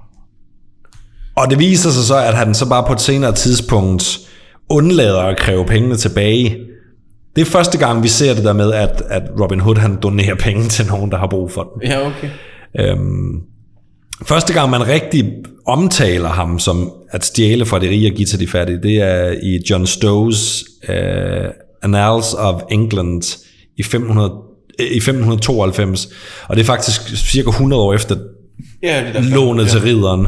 Og det viser sig så, at han så bare på et senere tidspunkt undlader at kræve pengene tilbage. Det er første gang, vi ser det der med, at, at Robin Hood han donerer penge til nogen, der har brug for dem. Ja, okay. Øhm, første gang, man rigtig omtaler ham som at stjæle fra de rige og give til de fattige, det er i John Stowe's uh, Annals of England i, fem hundrede, i femten tooghalvfems. Og det er faktisk cirka hundrede år efter ja, det lånet ja. til ridderen.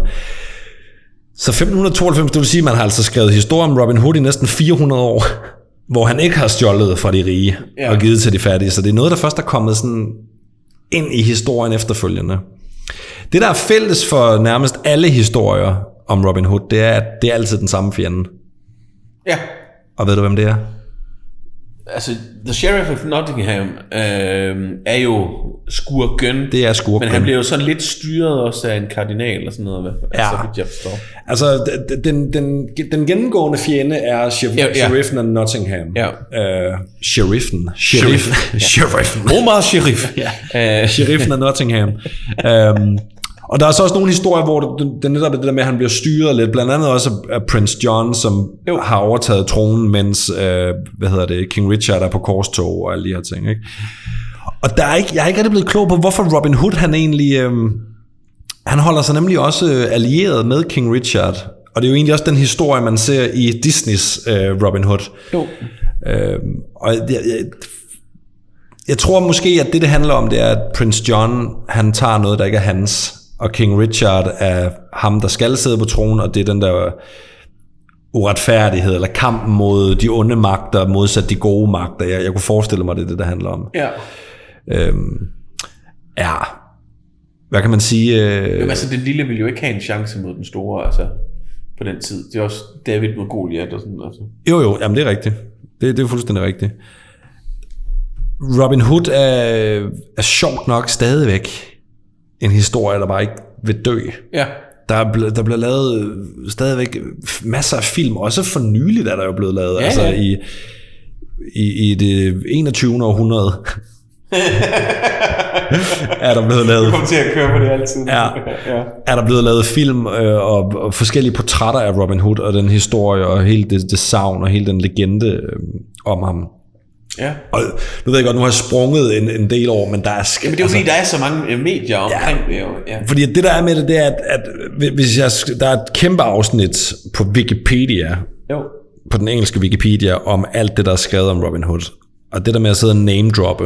Så femten tooghalvfems, det vil sige, at man har altså skrevet historie om Robin Hood i næsten fire hundrede år, hvor han ikke har stjålet fra de rige ja. og givet til de fattige. Så det er noget, der først er kommet sådan ind i historien efterfølgende. Det, der er fælles for nærmest alle historier om Robin Hood, det er, at det er altid den samme fjende. Ja. Og ved du, hvem det er? Altså, The Sheriff of Nottingham øh, er jo skurken. Det er skurken. Men han bliver jo sådan lidt styret også af en kardinal og sådan noget. Ja. Altså, jeg forstår. Altså, den, den, den gennemgående fjende er Sheriff, ja, ja. Sheriffen af Nottingham. Ja. Uh, sheriffen. Sheriff. Sheriff. Ja. Sheriffen. Omar Sheriff. Ja. Uh, sheriffen af Nottingham. um, Og der er så også nogle historier, hvor det, det netop er det der med, at han bliver styret lidt. Blandt andet også af Prince John, som jo. har overtaget tronen, mens øh, hvad hedder det, King Richard er på korstog og alle de her ting. Ikke? Og der er ikke, jeg er ikke rigtig blevet klog på, hvorfor Robin Hood, han egentlig... Øh, han holder sig nemlig også allieret med King Richard. Og det er jo egentlig også den historie, man ser i Disneys øh, Robin Hood. Jo. Øhm, og jeg, jeg, jeg tror måske, at det, det handler om, det er, at Prince John, han tager noget, der ikke er hans, og King Richard er ham, der skal sidde på tronen, og det er den der uretfærdighed, eller kampen mod de onde magter, modsat de gode magter. Jeg, jeg kunne forestille mig, det er det, der handler om. Ja. Øhm, ja. Hvad kan man sige? Øh... Jamen, altså, den lille ville jo ikke have en chance mod den store, altså, på den tid. Det er også David mod Goliath og sådan, altså. Jo, jo, jamen det er rigtigt. Det, det er fuldstændig rigtigt. Robin Hood er, er sjovt nok stadigvæk en historie, der bare ikke vil dø. Ja. Der, ble, der bliver lavet stadigvæk masser af film, også for nyligt er der jo blevet lavet, ja, altså ja. i, i, i det enogtyvende århundrede. er der blevet lavet. Du kommer til at køre på det altid. Ja. ja. Er der blevet lavet film øh, og, og forskellige portrætter af Robin Hood og den historie og hele det, det savn og hele den legende øh, om ham. Ja. Og nu ved jeg godt, nu har jeg sprunget en, en del over, men der er sk- Jamen det er jo altså, fordi, der er så mange medier omkring ja, det jo. Ja. Fordi det der er med det, det er, at, at hvis jeg, der er et kæmpe afsnit på Wikipedia, jo. på den engelske Wikipedia, om alt det, der er skrevet om Robin Hood. Og det der med at sidde og name-droppe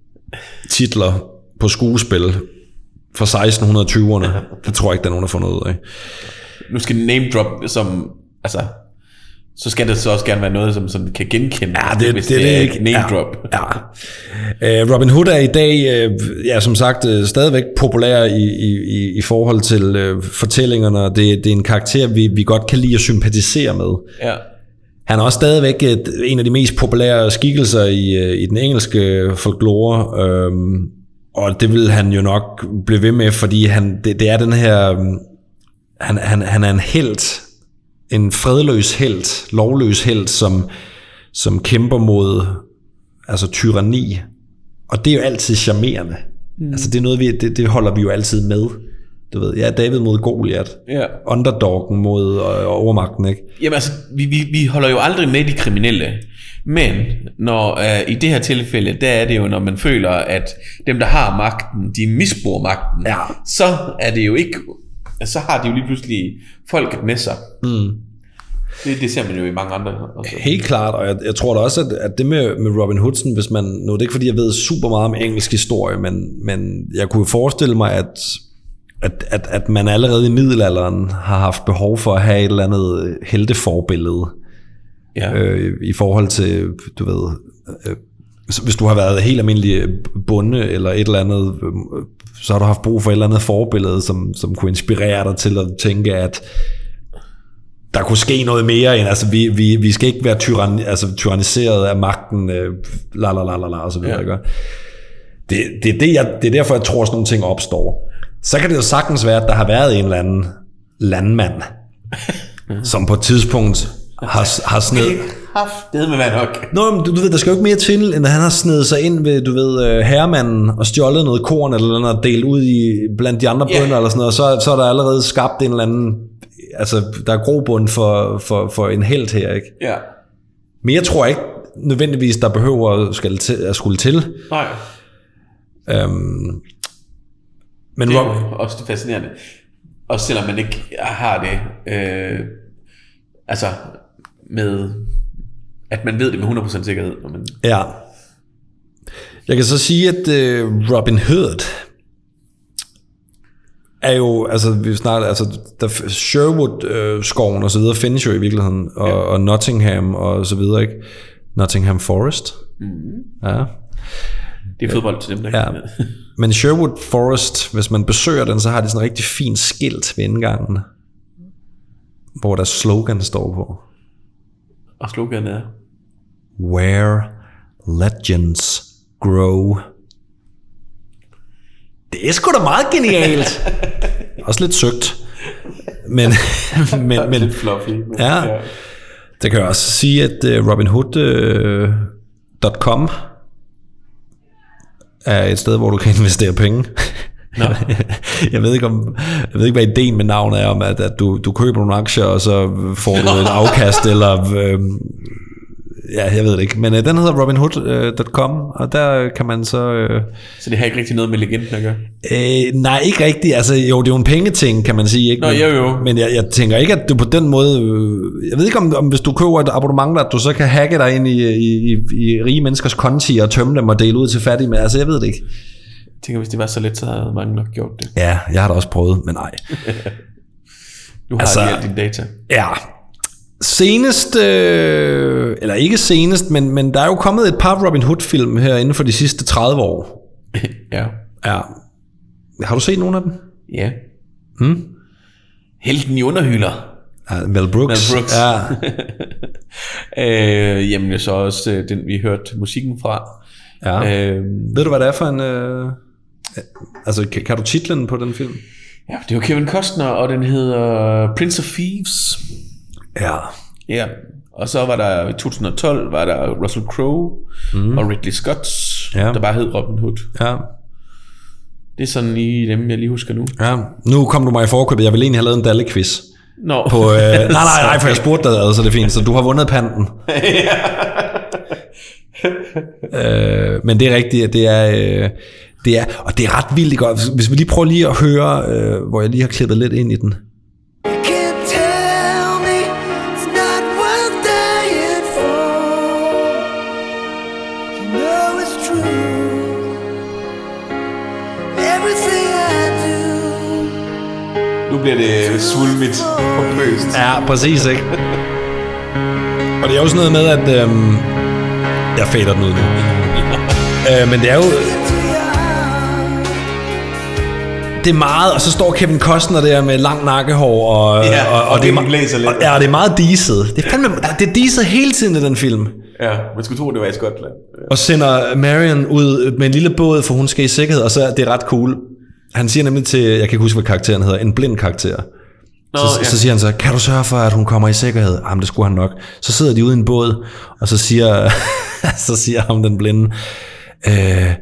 titler på skuespil fra seksten tyverne, det tror jeg ikke, der er nogen, der får noget ud af. Nu skal name-drop som, altså... så skal det så også gerne være noget, som, som kan genkende, ja, det, hvis det, det, det er ikke name drop. Ja, ja. Uh, Robin Hood er i dag, uh, ja, som sagt, uh, stadigvæk populær i, i, i forhold til uh, fortællingerne. Det, det er en karakter, vi, vi godt kan lide at sympatisere med. Ja. Han er også stadigvæk et, en af de mest populære skikkelser i, i den engelske folklore, um, og det vil han jo nok blive ved med, fordi han, det, det er den her, um, han, han, han er en helt, en fredløs helt, lovløs helt, som, som kæmper mod altså tyranni, og det er jo altid charmerende. Mm. Altså det er noget, vi, det, det holder vi jo altid med. Du ved, ja, David mod Goliath, ja. Underdoggen mod øh, overmagten, ikke? Jamen altså, vi, vi, vi holder jo aldrig med de kriminelle, men når øh, i det her tilfælde, der er det jo, når man føler, at dem, der har magten, de misbruger magten, ja. Så er det jo ikke, så har de jo lige pludselig folket med sig. Mm. Det, det ser man jo i mange andre. Også. Helt klart, og jeg, jeg tror da også, at, at det med, med Robin Hood, hvis man, nu er det ikke fordi, jeg ved super meget om engelsk historie, men, men jeg kunne forestille mig, at At, at, at man allerede i middelalderen har haft behov for at have et eller andet helteforbillede, ja. øh, i forhold til, du ved, øh, hvis du har været helt almindelig bonde eller et eller andet, øh, så har du haft brug for et eller andet forbillede, som, som kunne inspirere dig til at tænke, at der kunne ske noget mere end, altså vi, vi, vi skal ikke være tyrann, altså, tyranniseret af magten, øh, la la la la la og så videre. Ja. Det, det, det, jeg, det er derfor, jeg tror, at sådan nogle ting opstår. Så kan det jo sagtens være, at der har været en eller anden landmand, som på et tidspunkt har, har sned... Det med hvad nok. Nå, men du, du ved, der skal jo ikke mere til, end at han har snedet sig ind ved, du ved, herremanden og stjålet noget korn eller noget og delt ud i blandt de andre bønder, yeah. eller sådan noget, og så, så er der allerede skabt en eller anden, altså der er grobund for, for, for en helt her, ikke? Ja. Yeah. Men jeg tror ikke nødvendigvis, der behøver at, skal til, at skulle til. Nej. Øhm, Men det er Rob... jo også det fascinerende. Også selvom man ikke har det, øh, altså med, at man ved det med hundrede procent sikkerhed. Når man... Ja. Jeg kan så sige, at øh, Robin Hood er jo, altså vi snart, altså der, Sherwood-skoven øh, og så videre findes jo i virkeligheden, og, ja. og Nottingham og så videre, ikke? Nottingham Forest. Mm. Ja. Det er fodbold til dem, der ja. Men Sherwood Forest, hvis man besøger den, så har de sådan en rigtig fin skilt ved indgangen, hvor der slogan står på. Og slogan er? Where legends grow. Det er sgu da meget genialt. Også lidt søgt. Men, men, men lidt fluffy. Men, ja, ja. Det kan jeg også sige, at uh, robinhood punktum com er et sted, hvor du kan investere penge. No. jeg ved ikke om, jeg ved ikke hvad ideen med navnet er om, at, at du, du køber nogle aktier og så får du et afkast eller øh, ja, jeg ved det ikke. Men øh, den hedder robin hood punktum com, og der kan man så... Øh, så det har ikke rigtig noget med legenden at gøre? Øh, nej, ikke rigtigt. Altså, jo, det er jo en pengeting, kan man sige. Ikke? Nå, men, jo, jo. Men jeg, jeg tænker ikke, at du på den måde... Øh, jeg ved ikke, om, om hvis du køber et abonnement, at du så kan hacke dig ind i, i, i, i rige menneskers konti og tømme dem og dele ud til fattige med. Altså, jeg ved det ikke. Jeg tænker, hvis det var så let, så havde mange nok gjort det. Ja, jeg har da også prøvet, men nej. Du har altså, alt dine data. Ja. Senest, øh, eller ikke senest, men, men der er jo kommet et par Robin Hood-film her inden for de sidste tredive år. Ja. Ja. Har du set nogle af dem? Ja. Hmm? Helten i underhylder. Ja, Mel Brooks. Mel Brooks. Ja. øh, jamen, så også øh, den, vi hørte musikken fra. Ja. Øh, Ved du, hvad det er for en... Øh, altså, kan, kan du titlen på den film? Ja, det var Kevin Costner, og den hedder Prince of Thieves. Ja. Ja, og så var der i to tusind og tolv, var der Russell Crowe mm. og Ridley Scott, ja. Der bare hed Robin Hood. Ja. Det er sådan lige dem, jeg lige husker nu. Ja, nu kom du mig i forkøbet. Jeg ville egentlig have lavet en Dalle-quiz. Nå. På, øh, nej, nej, nej, for jeg spurgte dig, altså det er fint, så du har vundet panten. øh, men det er rigtigt, det er... Øh, Det er, og det er ret vildt godt. Hvis vi lige prøver lige at høre, øh, hvor jeg lige har klippet lidt ind i den. Nu bliver det svulmigt pompøst. Ja, præcis, ikke? Og det er jo sådan noget med, at øh, jeg fader den ud nu. øh, men det er jo... Det er meget, og så står Kevin Costner der med lang nakkehår, og, ja, og, og, og det, det blæser lidt. Og, ja, det er meget diset. Det er fandme, det er diset hele tiden i den film. Ja, man skulle tro, det var i Skotland. Ja. Og sender Marion ud med en lille båd, for hun skal i sikkerhed, og så er det ret cool. Han siger nemlig til, jeg kan ikke huske, hvad karakteren hedder, en blind karakter. Nå, så, ja. så siger han så, kan du sørge for, at hun kommer i sikkerhed? Jamen, det skulle han nok. Så sidder de ude i en båd, og så siger, så siger ham den blinde, øh,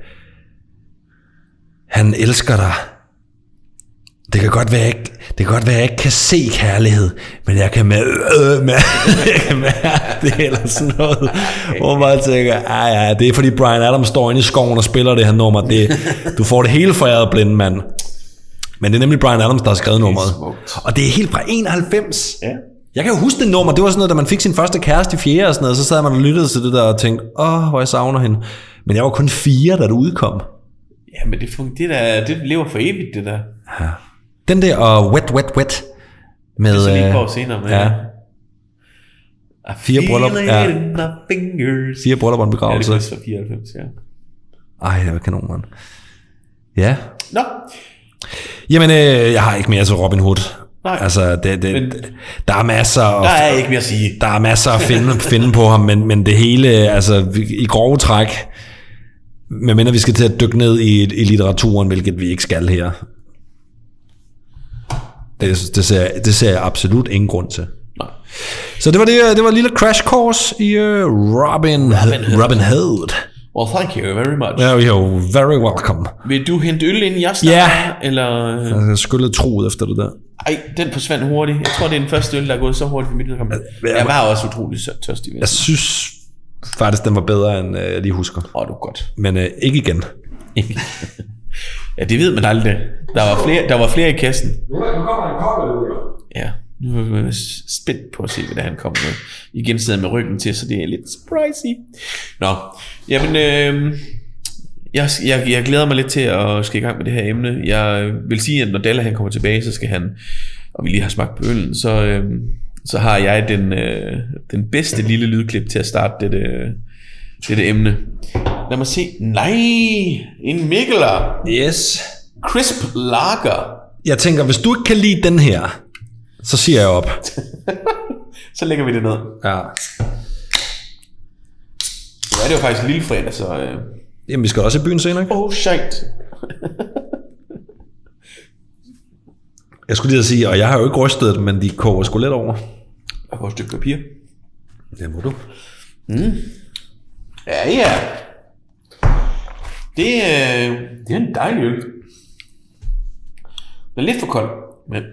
han elsker dig. Det kan godt være, jeg ikke, det kan godt være, jeg ikke kan se kærlighed, men jeg kan med, øh, med jeg kan mærke det eller sådan noget. Hvor man tænker, ah, ja, det er fordi Bryan Adams står inde i skoven og spiller det her nummer. Det, du får det hele foræret, blinde mand. Men det er nemlig Bryan Adams, der har skrevet nummeret. Og det er helt fra enoghalvfems. Ja. Jeg kan jo huske det nummer. Det var sådan noget, da man fik sin første kæreste i fjerde og sådan noget, så sad man og lyttede til det der og tænkte, åh, hvor jeg savner hende. Men jeg var kun fire, da det udkom. Ja, men det, det, der, det lever for evigt, det der. Ja. Den der og Wet, Wet, Wet med, det er så lige på senere med. Ja. Fire bryllup. Ja. Fire bryllup og en begravelse. Ja, det er fra fireoghalvfems, ja. Ej, det var kanon, mand. Ja. Nå. Jamen, øh, jeg har ikke mere til Robin Hood. Nej. Altså, det, det, men, der er masser der er ikke mere at sige. Der er masser at finde, finde på ham, men, men det hele, altså i grove træk, medmindre vi skal til at dykke ned i, i litteraturen, hvilket vi ikke skal her. Det, det, ser, det ser jeg absolut ingen grund til. Nej. Så det var det, det var et lille crash course i uh, Robin, Robin Hood. Robin Hood. Well, thank you very much. Yeah, you're very welcome. Vil du hente øl ind i jeg starter? Ja. Eller... Jeg har skyllet troet efter det der. Ej, den forsvandt hurtigt. Jeg tror, det er den første øl, der er gået så hurtigt for mit vedkommende. Jeg, jeg var også utrolig tørstig. Jeg synes faktisk, den var bedre, end jeg lige husker. Åh, oh, det var godt. Men uh, ikke igen. Ja, det ved man aldrig. Der var flere, der var flere i kassen. Nu kommer en kold. Ja, nu er jeg spændt på at se, hvad der han kommer med. Igen sidder med ryggen til, så det er lidt surprisey. Nå, jamen, øh, jeg, jeg, jeg glæder mig lidt til at skal i gang med det her emne. Jeg vil sige, at når Dalle han kommer tilbage, så skal han, og vi lige har smagt på øllen, så, øh, så har jeg den, øh, den bedste lille lydklip til at starte dette, dette emne. Lad mig se. Nej, en Mikkeler. Yes. Crisp Lager. Jeg tænker, hvis du ikke kan lide den her, så siger jeg op. Så lægger vi det ned. Ja. Så er det jo faktisk lille fredag, så... Øh... Jamen, vi skal også i byen senere, ikke? Oh, shit. Jeg skulle lige at sige, og jeg har jo ikke rystet det, men de koger sgu lidt over. Jeg får et stykke papir. Det må du. Mm. Ja, ja. Det, øh, det er en dejlig øl. Den er lidt for kold, men...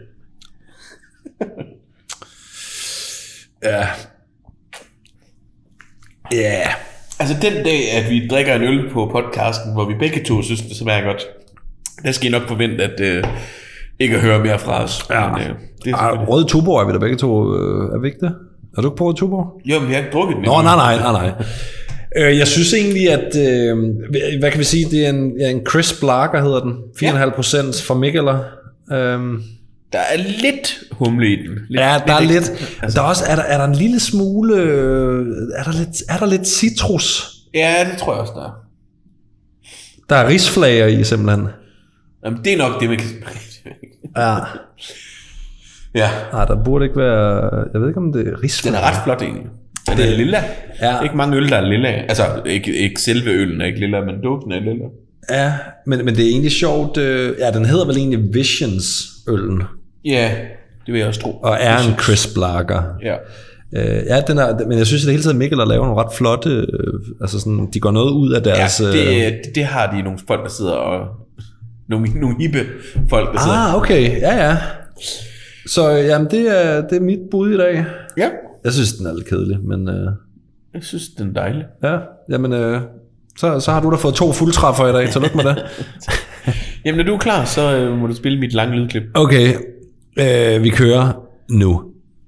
Ja. Ja. Yeah. Altså den dag, at vi drikker en øl på podcasten, hvor vi begge to synes, det smager godt, der skal I nok forvente, at øh, ikke at høre mere fra os. Ja. Men, øh, det er ah, røde Tuborg er vi da begge to. Øh, er vi ikke det? Er du ikke på røde Tuborg? Jo, men vi har ikke drukket den. Nå, nej, nej, nej, nej. øh, jeg synes egentlig, at, øh, hvad kan vi sige, det er en, ja, en crisp lager, hedder den. fire komma fem procent fra Mikkeller. Øhm. Der er lidt humle i den. Lidt, ja, der lidt er lidt. Altså. Der er også er der, er der en lille smule er der lidt er der lidt citrus. Ja, det tror jeg også der er. Der er risflager i simpelthen. Jamen, det er nok det man kan. Ja. Ja. Nej, der burde ikke være. Jeg ved ikke om det er risflager. Den er ret flot egentlig. Den det er lilla. Ja. Ikke mange øl der er lilla. Altså ikke ikke selve øllen er ikke lilla, men dåsen er lilla. Ja, men men det er egentlig sjovt. Ja, den hedder vel egentlig Visions øllen. Ja, det vil jeg også tro. Og er en crisp lager. Ja. Øh, ja, den er, men jeg synes at det hele tiden Mikkeller laver nogle ret flotte, øh, altså sådan, de går noget ud af deres. Ja, det, øh, det har de nogle folk der sidder og nogle nogle hippe folk der sidder. Ah, okay, ja ja. Så jamen det er det er mit bud i dag. Ja. Jeg synes den er lidt kedelig, men. Øh, jeg synes den er dejlig. Ja, jamen øh, så så har du da fået to fuldtræffer i dag. Tillykke med det. Jamen når du er klar, så øh, må du spille mit lange lydklip. Okay, øh, vi kører nu.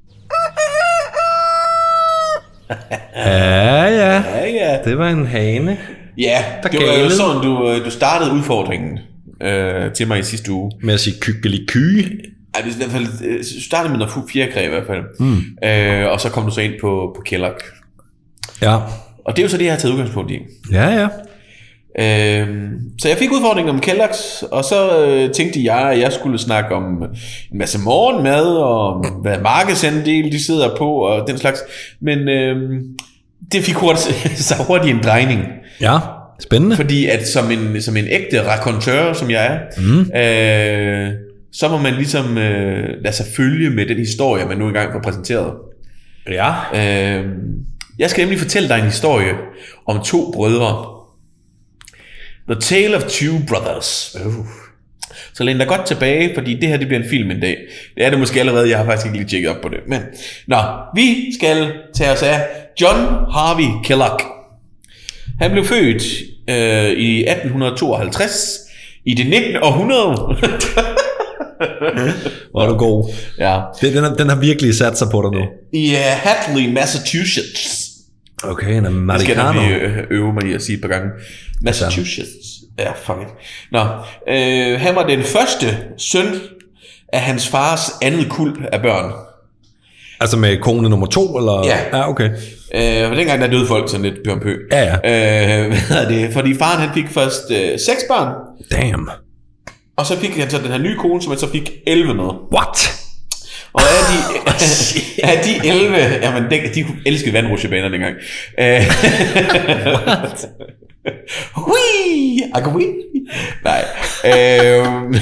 Ja, ja, ja, ja. Det var en hane. Ja, der det var jo sådan, du, du startede udfordringen øh, til mig i sidste uge. Med at sige kykkeliky. Ej, i hvert fald, du startede med noget fjerkræ i hvert fald. Mm. Øh, og så kom du så ind på, på Kellogg. Ja. Og det er jo så det, jeg har taget udgangspunkt i. Ja, ja. Øhm, så jeg fik udfordringen om Kellogg's, og så øh, tænkte jeg, at jeg skulle snakke om en masse morgenmad, og hvad markedsandel de sidder på, og den slags. Men øh, det fik hurtigt, så hurtigt en drejning. Ja, spændende. Fordi at som en, som en ægte raconteur, som jeg er, mm. øh, så må man ligesom øh, lade sig følge med den historie, man nu engang får præsenteret. Ja. Øh, jeg skal nemlig fortælle dig en historie om to brødre. The Tale of Two Brothers. Uh. Så læn dig godt tilbage, fordi det her det bliver en film en dag. Det er det måske allerede, jeg har faktisk ikke lige tjekket op på det. Men nå, vi skal tage os af John Harvey Kellogg. Han blev født øh, i atten tooghalvtreds i det nittende århundrede. Hvor er du god. Ja. Det, den, har, den har virkelig sat sig på dig nu. I uh, Hatley, Massachusetts. Okay, en amerikaner. Det skal jeg nok øve mig i at sige et par gange. Massachusetts. Ja, fuck it. Nå, øh, han var den første søn af hans fars andet kuld af børn. Altså med kone nummer to, eller? Ja. Ja, okay. Øh, og dengang der døde folk sådan lidt pø om pø. Ja, ja. Øh, hvad er det? Fordi faren han fik først øh, seks børn. Damn. Og så fik han så den her nye kone, som han så fik elleve med. What? Og af de, af de elleve, jamen de, de elskede vandrutsjebaner dengang. What? Whee! I can wee! Nej. Øhm,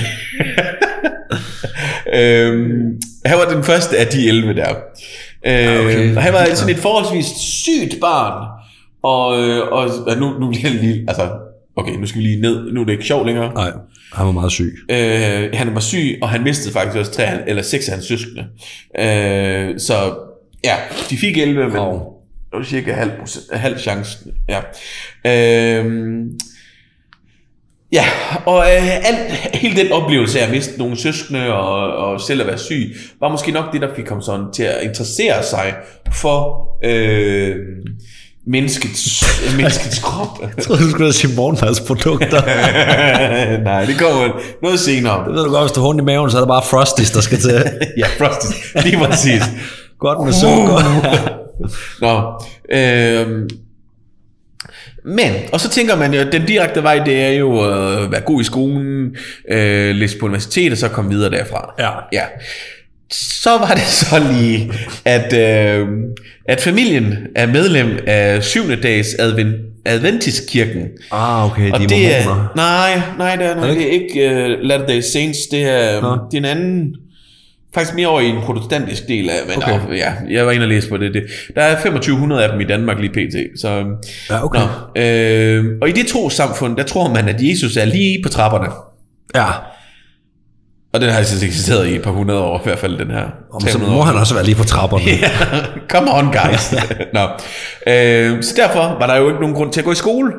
øhm, han var den første af de elleve der. Øhm, okay. Og han var sådan et forholdsvis sygt barn. Og, og, og nu, nu bliver jeg lige, altså, okay, nu skal vi lige ned. Nu er det ikke sjovt længere. Nej, han var meget syg. Øh, han var syg, og han mistede faktisk også tre eller seks af hans søskende. Øh, så ja, de fik elleve, men oh. det var cirka halv, halv chance. Ja. Øh, ja, og øh, alt, hele den oplevelse af at miste nogle søskende og, og selv at være syg, var måske nok det, der fik ham sådan til at interessere sig for øh, menneskets, menneskets krop. Jeg troede, du skulle sige morgenmadsprodukter. Nej, det kommer noget senere. Det ved du godt, hvis du har ondt i maven, så er det bare Frosties, der skal til. Ja, Frosties. Lige præcis. Godt med sukker. Nå. Øh, men, og så tænker man jo, den direkte vej, det er jo at være god i skolen, øh, læse på universitetet, og så komme videre derfra. Ja. Ja. Så var det så lige, at, øh, at familien er medlem af syvende dags advent, Adventistkirken. Ah, okay, de og er det er, mormoner. nej, nej, det er, nej, det er ikke uh, Latter-day Saints, det er, Nå. det er en anden, faktisk mere over i en protestantisk del af, men okay. og, ja, jeg var inde og læse på det, det. Der er femogtyve hundrede af dem i Danmark lige pt. Så, ja, okay. Nå, øh, og i det trossamfund, der tror man, at Jesus er lige på trapperne. Ja. Og den har altså eksisteret i et par hundrede år, i hvert fald den her. Og så må han også være lige på trapperne. Ja, come on guys. Nå. Øh, så derfor var der jo ikke nogen grund til at gå i skole.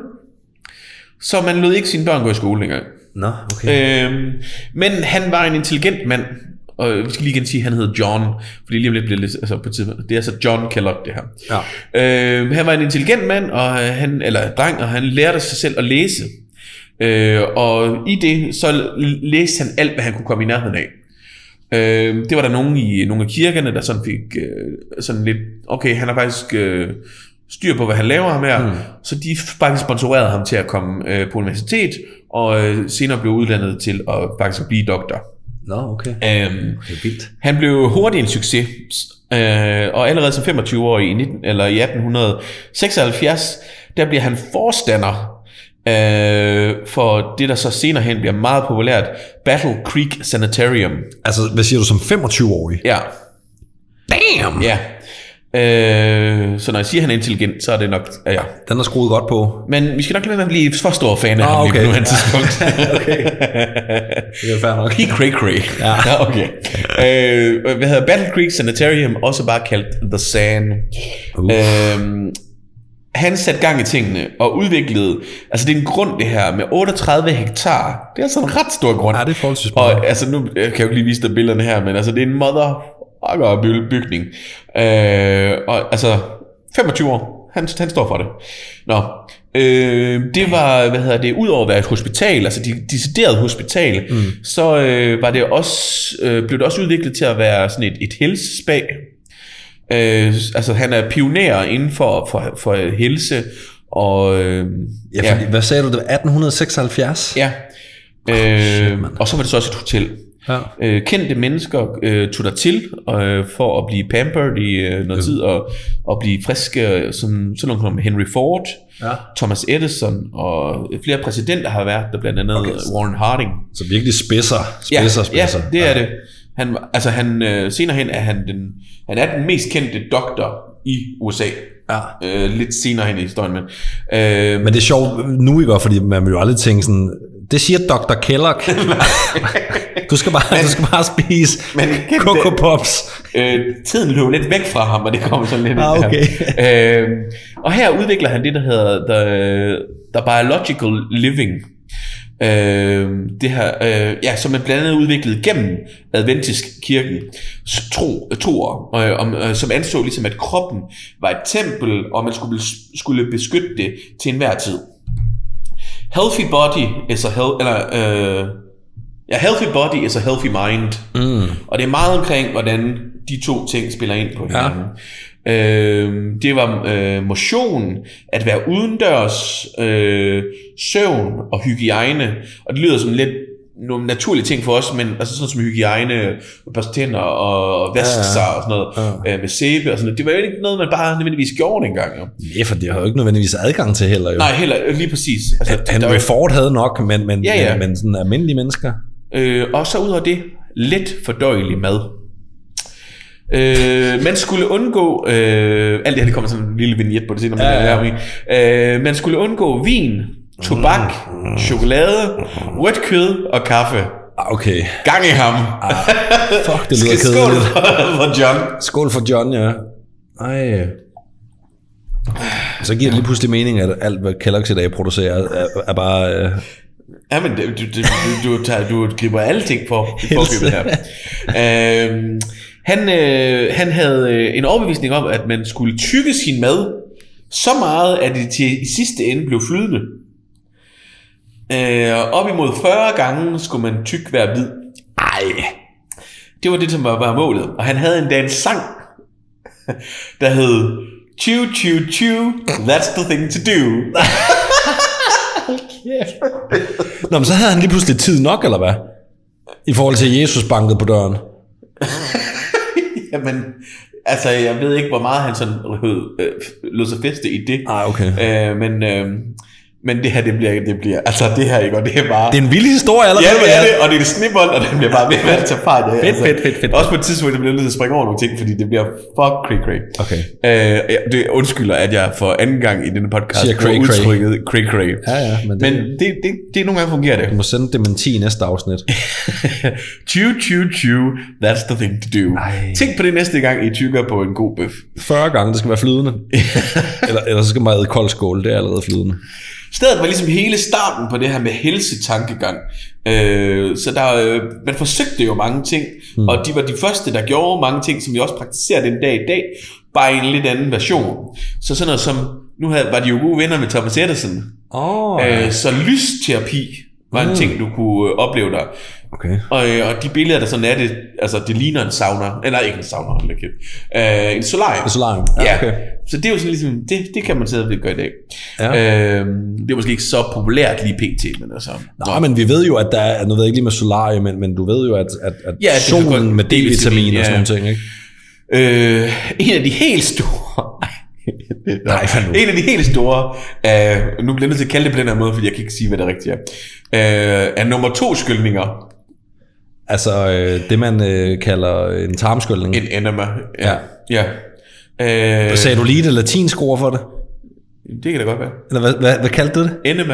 Så man lod ikke sine børn gå i skole engang. Nå, okay. Øh, men han var en intelligent mand. Og vi skal lige igen sige, at han hed John. Fordi lige om lidt bliver det, altså på tidspunkt. Det er altså John Kellogg, det her. Ja. Øh, han var en intelligent mand, og han, eller dreng, og han lærte sig selv at læse. Øh, og i det, så læste han alt, hvad han kunne komme i nærheden af. Øh, det var der nogen i nogle af kirkerne, der sådan fik øh, sådan lidt, okay, han har faktisk øh, styr på, hvad han laver ham her. Mm. Så de faktisk sponsorerede ham til at komme øh, på universitet, og øh, senere blev uddannet til at faktisk blive doktor. Nå, okay. Øhm, okay, vildt. Han blev hurtigt en succes, øh, og allerede som femogtyve-årig i, nitten, eller i atten seksoghalvfjerds, der bliver han forstander øh, for det, der så senere hen bliver meget populært, Battle Creek Sanitarium. Altså, hvad siger du, som femogtyve-årig? Ja. Damn! Ja. Øh, så når jeg siger, at han er intelligent, så er det nok, ja, ja. Den er skruet godt på. Men vi skal nok lade være med at blive for stor fan af ah, ham okay. lige på et tidspunkt. Okay. Det er fair nok. He cray cray. Ja. Ja, okay. Øh, hvad hedder Battle Creek Sanitarium, også bare kaldt The Sand. Uh. Øh, han satte gang i tingene og udviklede, altså det er en grund det her med otteogtredive hektar. Det er altså en ret stor grund. Ja, det er forholdsvis meget. Og altså nu jeg kan jeg jo ikke lige vise dig billederne her, men altså det er en mother bygning. Øh, og altså femogtyve år, han, han står for det. Nå, øh, det var, hvad hedder det, udover at være et hospital, altså de decideret hospital, mm. så øh, var det også, øh, blev det også udviklet til at være sådan et, et helsespa. Øh, altså han er pioner inden for, for, for helse og øh, ja, fordi, ja. Hvad sagde du, det var atten seksoghalvfjerds? Ja. Øh, oh, shit, og så var det så også et hotel. Ja. Øh, kendte mennesker øh, tog der til øh, for at blive pampered i øh, noget mm. tid og, og blive friske, som sådan nogle som Henry Ford, ja. Thomas Edison og flere præsidenter har været der, blandt andet okay. Warren Harding. Så virkelig spidser, spidser, ja, spidser. Ja, det er det. Han, altså han, øh, senere hen er han den, han er den mest kendte doktor i U S A. Ja. Øh, lidt senere hen i historien, men øh, men det er sjovt nu, ikke? Fordi man vil jo aldrig tænke sådan, det siger doktor Kellogg. Du skal bare, men, du skal bare spise Coco Pops. Øh, tiden løb lidt væk fra ham, og det kommer sådan lidt ah, okay. øh, og her udvikler han det, der hedder The, the Biological Living. Øh, det her, øh, ja, som er blandt andet udviklet gennem Adventisk kirken tro, toer, øh, om, øh, som anså ligesom, at kroppen var et tempel, og man skulle, skulle beskytte det til enhver tid. Healthy body is a health, eller øh, ja, healthy body is a healthy mind. Mm. Og det er meget omkring, hvordan de to ting spiller ind på hinanden. Ja. Øh, det var øh, motion, at være udendørs, øh, søvn og hygiejne. Og det lyder som lidt nogle naturlige ting for os, men altså sådan som hygiejne, børste tænder og vaske ja, ja. sig og sådan noget, ja. øh, med sæbe og sådan noget. Det var jo ikke noget, man bare nødvendigvis gjorde dengang. Jo. Ja, for det har jo ikke nødvendigvis adgang til heller. Jo. Nej, heller, lige præcis. Altså, Henry Ford havde nok, men, men, ja, ja. men sådan almindelige mennesker. Øh, og så ud af det, let fordøjelig mad. Øh, man skulle undgå øh, alt det her, det kommer sådan en lille vignette på det senere, ja, ja. øh, man skulle undgå vin, tobak, mm. chokolade, rødt kød og kaffe. Okay. Gang i ham. Ah, fuck, det lyder kedeligt. Skål for John. Skål for John, ja. Ej. Så giver det lige pludselig mening, at alt hvad Kellogg's i dag producerer er, er bare øh... ja, men du, du, du, du, tager, du griber alle ting for det her. øhm, han, øh, han havde en overbevisning om, at man skulle tygge sin mad så meget, at det til i sidste ende blev flydende. Øh, op imod fyrre gange skulle man tygge hver bid. Ej, det var det, som var, var målet. Og han havde endda en sang, der hed Chew, chew, chew, that's the thing to do. Nå, men så havde han lige pludselig tid nok, eller hvad? I forhold til Jesus bankede på døren. Jamen, altså jeg ved ikke, hvor meget han sådan øh, lod sig feste i det. Ah, okay. øh, Men øh, Men det her, det bliver, det bliver, altså det her, ikke, og det er bare... Det er en vild historie allerede. Ja, det er det, og det er en snibbold, og den bliver bare ved med at tage fart. Ja, fedt, altså. fedt, fedt, fedt. Også på et tidspunkt, jeg bliver nødt til at springe over nogle ting, fordi det bliver fuck cray-cray. Okay. Øh, det undskylder, at jeg for anden gang i denne podcast siger cray-cray. udtrykket cray-cray. Ja, ja, men det, men det, det, det, nogle gange fungerer det. Du må sende dementi i næste afsnit. chew, chew, chew, that's the thing to do. Ej. Tænk på det næste gang, I tykker på en god bøf. fyrre gange, det skal være flydende. eller, eller så skal man have kold skål, det er allerede flydende. Stedet var ligesom hele starten på det her med helsetankegang. Øh, så der, øh, man forsøgte jo mange ting, hmm. og de var de første, der gjorde mange ting, som vi også praktiserer den dag i dag, bare i en lidt anden version. Så sådan noget som, nu havde, var de jo gode venner med Thomas Edison, oh, øh, så lysterapi var en mm. ting, du kunne øh, opleve der. Okay. Og, øh, og de billeder, der sådan er det, altså det ligner en sauna, eller ikke en sauna, hold da kæft, øh, en solarium. En solarium, ja, okay. Ja, så det er jo sådan ligesom, det, det kan man stadigvæk gøre i dag. Ja. Øh, det er måske ikke så populært lige pt, men altså. Nej, men vi ved jo, at der er, nu ved jeg ikke lige med solarium, men, men du ved jo, at, at, at ja, solen med D-vitamin ja. og sådan nogle ting, ikke? Øh, en af de helt store... Nej, en af de helt store, øh, nu bliver jeg nødt til at kalde det på den her måde, fordi jeg kan ikke sige, hvad det rigtigt er, øh, er nummer to skyldninger. Altså øh, det, man øh, kalder en tarmskyldning. En enema. Ja. ja. ja. Øh, Sagde du lige det latinske ord for det? Det kan da godt være. Eller hvad, hvad, hvad kaldte du det? Enema.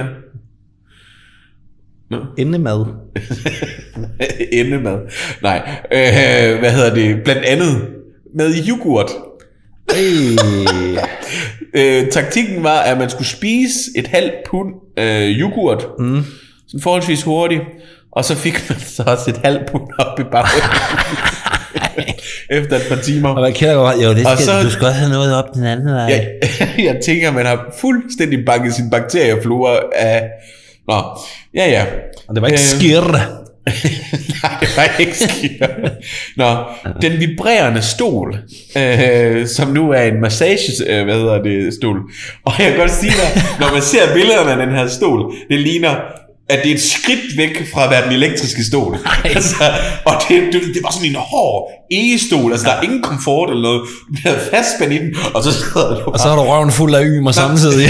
No. Endemad. Endemad. Nej. Øh, hvad hedder det? Blandt andet med yoghurt. Hey. øh, taktikken var, at man skulle spise et halvt pund øh, yoghurt, mm. sådan forholdsvis hurtigt, og så fik man så også et halvt pund op i bagen. Efter et par timer. Og hvad kender du? Jo, det skal, så, du skal også have noget op den anden vej. Ja, jeg tænker, man har fuldstændig bakket sin bakterieflora af... Nå, ja ja. Og det var ikke øh, skir. Nej, det var ikke skir. Nå, den vibrerende stol, øh, som nu er en massage, øh, hvad hedder det, stol. Og jeg kan godt sige dig, når man ser billederne af den her stol, det ligner, at det er et skridt væk fra at være den elektriske stol. Altså, og det, det, det var sådan en hård egestol, altså der er ingen komfort eller noget. Du bliver fastspændt i den, og så sidder du bare... Og så har du røven fuld af ymer samtidig.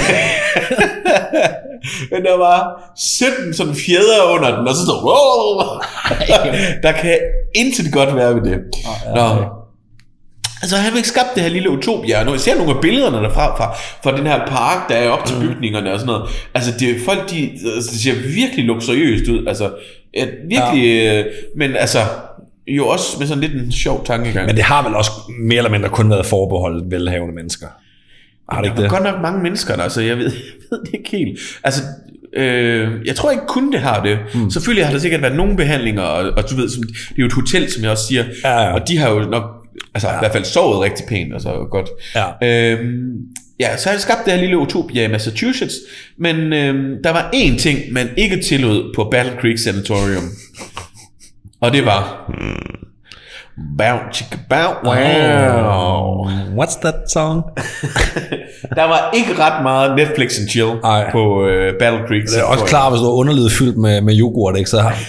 Men der var sytten sådan fjeder under den, og så stod... Wow! Der kan intet godt være ved det. Nå. Altså han har ikke skabt det her lille utopia. Nu ser nogle af billederne derfra fra, fra den her park, der er op til bygningerne og sådan noget. Altså det, folk de, altså, det ser virkelig luksuriøst ud. Altså et, virkelig, ja. øh, men altså jo også med sådan lidt en sjov tankegang. Men det har vel også mere eller mindre kun været forbeholdt velhavende mennesker. Har det ikke der det? Der er godt nok mange mennesker der, så jeg ved, jeg ved det ikke helt. Altså øh, jeg tror ikke kun det har det. Mm. Selvfølgelig har der sikkert været nogle behandlinger, og, og du ved, som, det er jo et hotel, som jeg også siger, ja, ja. og de har jo nok altså ja. i hvert fald sovet rigtig pænt, altså godt. Ja. Øhm, ja, så har jeg skabt det her lille utopia i Massachusetts, men øhm, der var én ting, man ikke tillod på Battle Creek Sanatorium, og det var bow chicka bow wow. What's that song? Der var ikke ret meget Netflix and chill Ej. på øh, Battle Creek. Det er også klar, hvis du har underlivet fyldt med, med yoghurt, ikke? Så har...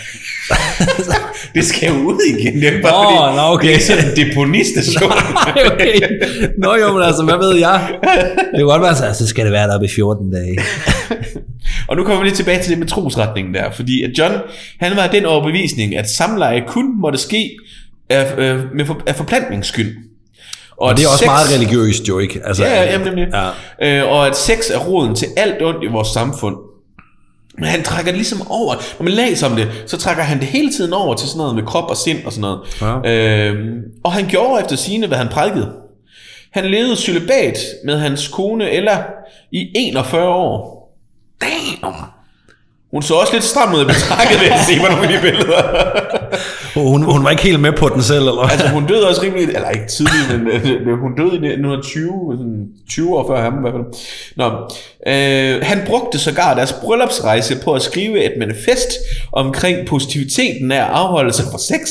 det skal jo ud igen. Det er bare oh, fordi, no, okay. det er sådan en deponistation. Nej, okay. Nå jo, men altså, hvad ved jeg? Det kan godt være, så altså, skal det være deroppe i fjorten dage. Og nu kommer vi lidt tilbage til det med trosretningen der, fordi at John, han var af den overbevisning, at samleje kun måtte ske af, øh, med for, af forplantningsskyld. Og, og det er også sex, meget religiøst jo, ikke? Altså, ja, jamen, nemlig. Ja. Øh, og at sex er roden til alt ondt i vores samfund. Men han trækker det ligesom over. Når man læser om det, så trækker han det hele tiden over til sådan noget med krop og sind og sådan noget. Ja. Øh, og han gjorde efter sigende, hvad han prædikede. Han levede cølibat med hans kone Ella i enogfyrre år. Damn! Hun så også lidt stram ud i betrækket, ved at se på nogle af de billeder. hun, hun var ikke helt med på den selv, eller? Altså hun døde også rimelig, eller ikke tidligt, men øh, hun døde i nitten tyve, sådan tyve år før ham i hvert fald. Nå, øh, han brugte sågar deres bryllupsrejse på at skrive et manifest omkring positiviteten af at afholde sig fra sex.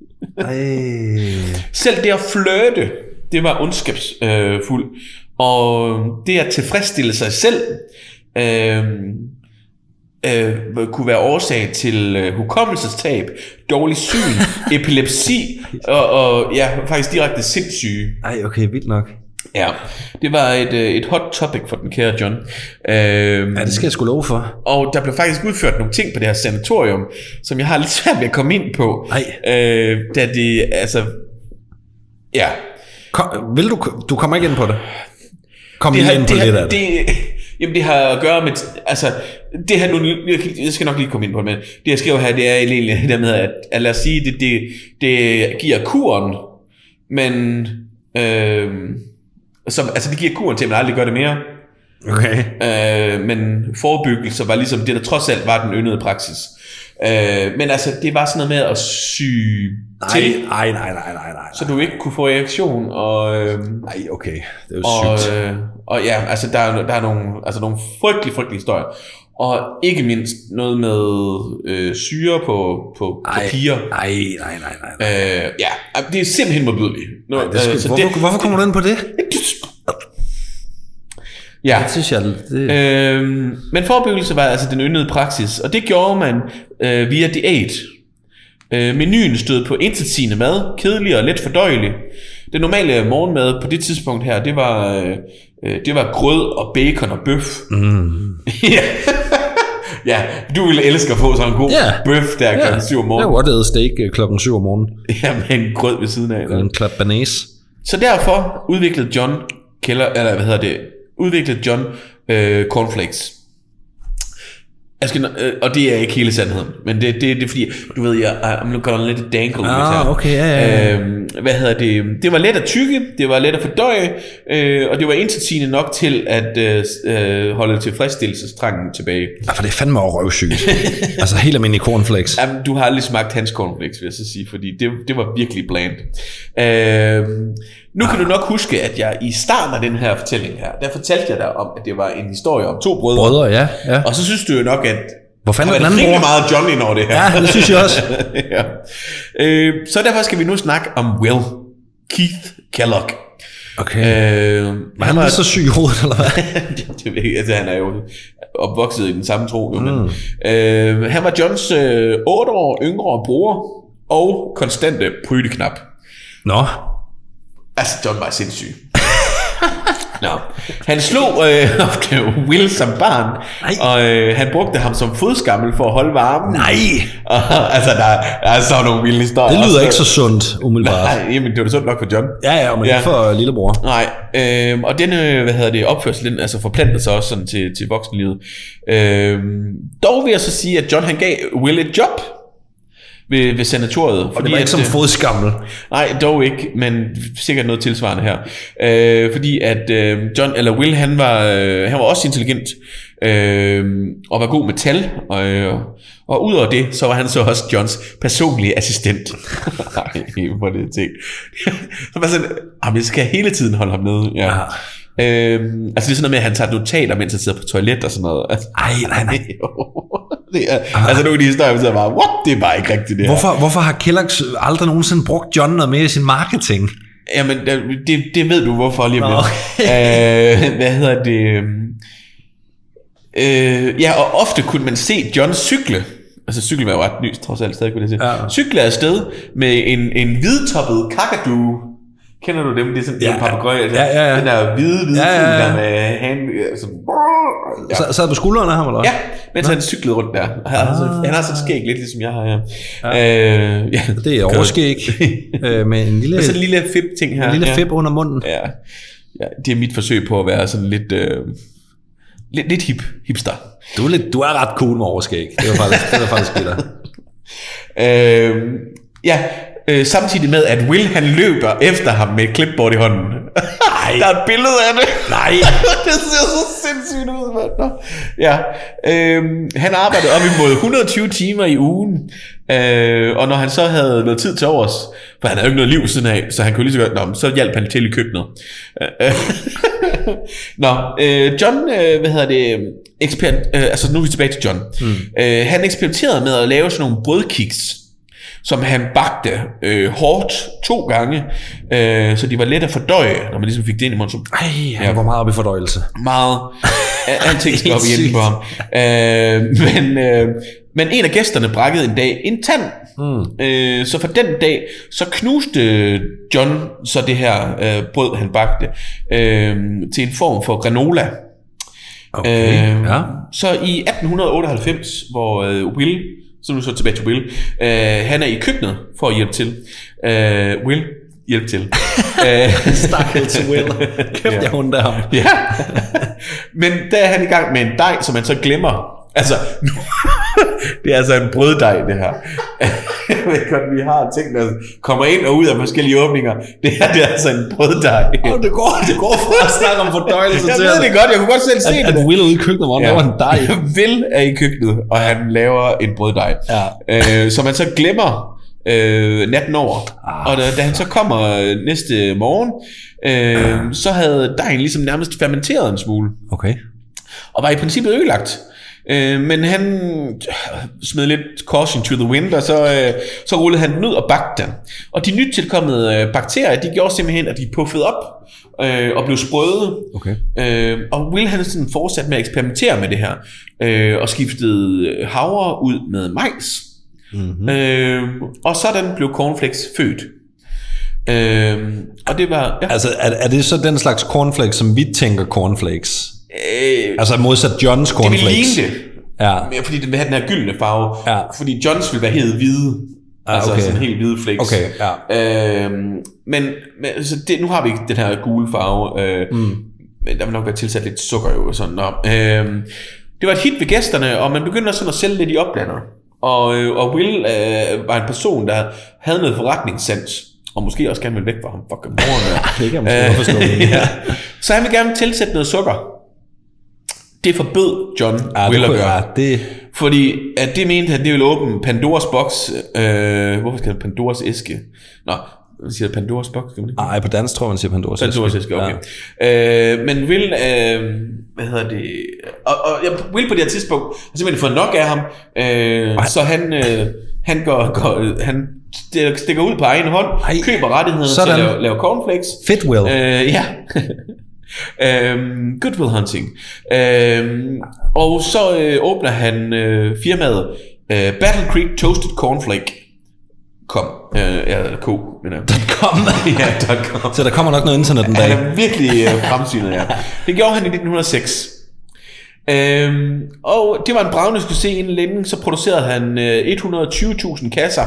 Selv det at flirte, det var ondskabsfuldt. Øh, og det at tilfredsstille sig selv, øh, Øh, kunne være årsag til øh, hukommelsestab, dårlig syn, epilepsi og, og ja, faktisk direkte sindssyge. Ej, okay, vildt nok. Ja, det var et, et hot topic for den kære John. Øhm, ja, det skal jeg sgu love for. Og der blev faktisk udført nogle ting på det her sanatorium, som jeg har lidt svært ved at komme ind på. Nej. Øh, da det, altså... Ja. Kom, vil du, du kommer ikke ind på det? Kom det lige har, ind på det lidt har, af det. det. Jamen det har at gøre med, altså, det her nu, jeg skal nok lige komme ind på det, men det jeg skriver her, det er egentlig det med, at, at lad os sige, det, det, det giver kuren, men, øh, som, altså det giver kuren til, at man aldrig gør det mere. Okay. Øh, men forebyggelse var ligesom det, der trods alt var den yndede praksis. Øh, men altså, det var sådan noget med at sy nej, til, nej, nej, nej, nej, nej. så du ikke kunne få reaktion, og... Øh, nej, okay, det er jo og, sygt. Øh, og ja, altså der er, der er nogle, altså nogle frygtelige, frygtelige historier. Og ikke mindst noget med øh, syre på, på ej, papirer. Nej, nej, nej, nej. Øh, ja, det er simpelthen modbydeligt. Ej, det skal, øh, hvorfor, det, hvorfor kommer du ind på det? Ja, det synes jeg. Det... Øhm, men forebyggelse var altså den yndede praksis, og det gjorde man øh, via diæt. Øh, menuen stod på intetsigende mad, kedelig og let fordøjelig. Det normale morgenmad på det tidspunkt her, det var øh, det var grød og bacon og bøf. Mm. Ja. Ja, du ville elske at få sådan en god yeah. bøf der klokken yeah. syv om morgenen. Jeg har godt ædet steak klokken syv om morgenen. Ja, med en grød ved siden af. En klap banæs. Så derfor udviklede John Keller, eller hvad hedder det, udviklede John øh, cornflakes. Jeg skal, øh, og det er ikke hele sandheden, men det, det, det er fordi, du ved, jeg I'm gonna let it dangle. Ah, okay, ja, ja. Øh, hvad hedder det? Det var let at tygge, det var let at fordøje, øh, og det var intetsigende nok til at øh, holde tilfredsstillelsestrangen tilbage. Ja, for det er fandme over røvsygt. Altså helt almindelig cornflakes. Jamen, du har aldrig smagt hans cornflakes, vil jeg så sige, fordi det, det var virkelig bland. Øh, nu kan ah. du nok huske, at jeg i starten af den her fortælling her, der fortalte jeg dig om, at det var en historie om to brødre. Brødre, ja, ja. Og så synes du jo nok, at hvor fanden er den anden rigtig meget John ind over det her. Ja, det synes jeg også. Ja. øh, så derfor skal vi nu snakke om Will Keith Kellogg. Okay. Øh, var han, han var så syg i hovedet, eller hvad? det ved jeg, altså, han er jo opvokset i den samme tro. Jo, mm. men, øh, han var Johns øh, otte år yngre bror og konstante pryteknap. Nå. Altså, John var sindssyg. Nå. Han slog øh, ofte Will som barn. Nej. Og øh, han brugte ham som fodskammel for at holde varmen. Nej. Og, altså der, der er så nogle vilde historier. Det lyder også. Ikke så sundt umiddelbart. Nej, jamen, det var det sundt nok for John. Ja, ja, men ja. Ikke for lillebror. Nej, øh, og denne, hvad hedder det, opførsel, den altså forplantede sig også sådan til, til voksenlivet. Øh, dog vil jeg så sige, at John han gav Will et job ved, ved sanatoriet. Og det var ikke at, som fodskammel. Nej, dog ikke, men sikkert noget tilsvarende her. Øh, fordi at øh, John, eller Will, han var, øh, han var også intelligent, øh, og var god med tal, og, øh, og ud over det, så var han så også Johns personlige assistent. Nej, hvor det ting. Så var sådan, jeg skal hele tiden holde ham nede. Ja. Ja. Øhm, altså det er sådan noget med, at han tager notater, mens han sidder på toilet og sådan noget. Ej, nej, nej. Det er, altså nogle af de historier, vi sidder bare, what? Det er bare ikke rigtigt det hvorfor, her. Hvorfor har Kellogg's aldrig nogensinde brugt John noget mere i sin marketing? Jamen, det, det ved du hvorfor lige om lidt. øh, hvad hedder det? Øh, ja, og ofte kunne man se John cykle. Altså cykel var jo ret ny, trods alt stadig kunne det se. Ja. Cykle afsted med en, en hvidtoppet kakadu. Kender du dem? Det er sådan ja, en papegøje. Altså, ja, ja, ja. Den der hvide, hvide ja, ja, ja. Der med hand. Altså, ja. Så sad på skuldrene af ham, eller? Ja, mens Nå. han cyklede rundt der. Han, ah. altså, han har sådan et skæg, lidt ligesom jeg har her. Ja. Øh, ja. Det er overskæg. øh, med en lille, med sådan en lille fib-ting her. En lille ja. fib under munden. Ja. Ja, det er mit forsøg på at være sådan lidt... Øh, lidt, lidt hip, hipster. Du er, lidt, du er ret cool med overskæg. Det var faktisk, det var faktisk det der. øh, ja, Øh, samtidig med, at Will han løber efter ham med et clipboard i hånden. Der er et billede af det. Nej. Det ser så sindssygt ud, mand. Ja. Øh, han arbejdede op imod et hundrede og tyve timer i ugen. Øh, og når han så havde noget tid til overs, for han havde jo ikke noget liv siden af, så han kunne lige så godt, nå, så hjalp han til i køkkenet. Nå, øh, John, øh, hvad hedder det, eksper- øh, altså nu er vi tilbage til John. Mm. Øh, han eksperimenterede med at lave sådan nogle brødkiks, som han bagte øh, hårdt to gange, øh, så de var let at fordøje, når man ligesom fik det ind i munden. Ej, han ja. var meget op i fordøjelse. Meget. Alting skal op i enden på ham. Øh, men, øh, men en af gæsterne brækkede en dag en tand. Mm. Øh, så for den dag, så knuste John så det her øh, brød, han bagte, øh, til en form for granola. Okay, øh, ja. Så i atten otteoghalvfems, hvor øh, Will, så nu så tilbage til Will, øh, han er i køkkenet for at hjælpe til. Øh, Will, hjælp til. Stakkel til Will. Kæft, jeg hunder ham. Ja. Men der er han i gang med en dej, som man så glemmer. Altså, det er altså en brøddej, det her. Jeg ved godt, vi har ting, der kommer ind og ud af forskellige åbninger. Det her, det er altså en brøddej. Oh, det går, det går fra at snakke om fordøjelse til. Jeg ved det godt, jeg kunne godt selv se at, det. At Will er ude i køkkenet, hvor han ja. laver en dej. Will er i køkkenet, og han laver en brøddej. Ja. Øh, så man så glemmer øh, natten over. Ah, og da, da han så kommer næste morgen, øh, ah. så havde dejen ligesom nærmest fermenteret en smule. Okay. Og var i princippet ødelagt. Øh, men han smed lidt caution to the wind, og så, øh, så rullede han den ud og bagte den. Og de nyt tilkommende øh, bakterier, de gjorde simpelthen, at de puffede op øh, og blev sprøde. Okay. Øh, og Will han sådan fortsat med at eksperimentere med det her, øh, og skiftede havre ud med majs. Mm-hmm. Øh, og sådan blev cornflakes født. Øh, og det var... Ja. Altså, er, er det så den slags cornflakes, som vi tænker cornflakes? Øh, altså modsat Johns cornflakes. Det vil ligne det. Ja. Fordi det vil have den her gyldne farve. Ja. Fordi Johns vil være helt hvide. Ah, altså okay. Sådan helt hvide flakes. Okay, ja. Øh, men men altså det, nu har vi ikke den her gule farve. Øh, mm. Men der vil nok være tilsat lidt sukker jo. Sådan. Nå, øh, det var et hit ved gæsterne, og man begyndte sådan at sælge lidt i opblander. Og, og Will øh, var en person, der havde noget forretningssans. Og måske også gerne ville væk fra ham. Fucking moren. Det kan man måske forstå. Ja. Så han vil gerne tilsætte noget sukker. Det forbød John ja, Will at gøre. Ja, det... Fordi at det mente han, det ville åbne Pandoras boks. Øh, hvorfor skal det Pandoras æske? Nå, hvad siger det? Pandoras boks? Nej, på dansk tror man siger Pandoras æske. Pandoras æske, okay. Ja. Øh, men Will, øh, hvad hedder det? Og, og ja, Will på det her tidspunkt har simpelthen fået nok af ham. Øh, så han, øh, han går, går han stikker ud på egen hånd, Ej. køber rettighederne Sådan. til at lave, lave cornflakes. Fit Will. Øh, ja. Um, Good Will Hunting. Um, og så øh, åbner han øh, firmaet øh, Battle Creek Toasted Cornflake. Kom. Øh, ja, ko. Men, øh. .com. Ja, .com. Så der kommer nok noget internet den dag. Han er virkelig øh, fremsynet, ja. Det gjorde han i nitten hundrede og seks. Um, og det var en bragende skulle se inden længe, så producerede han øh, et hundrede og tyve tusind kasser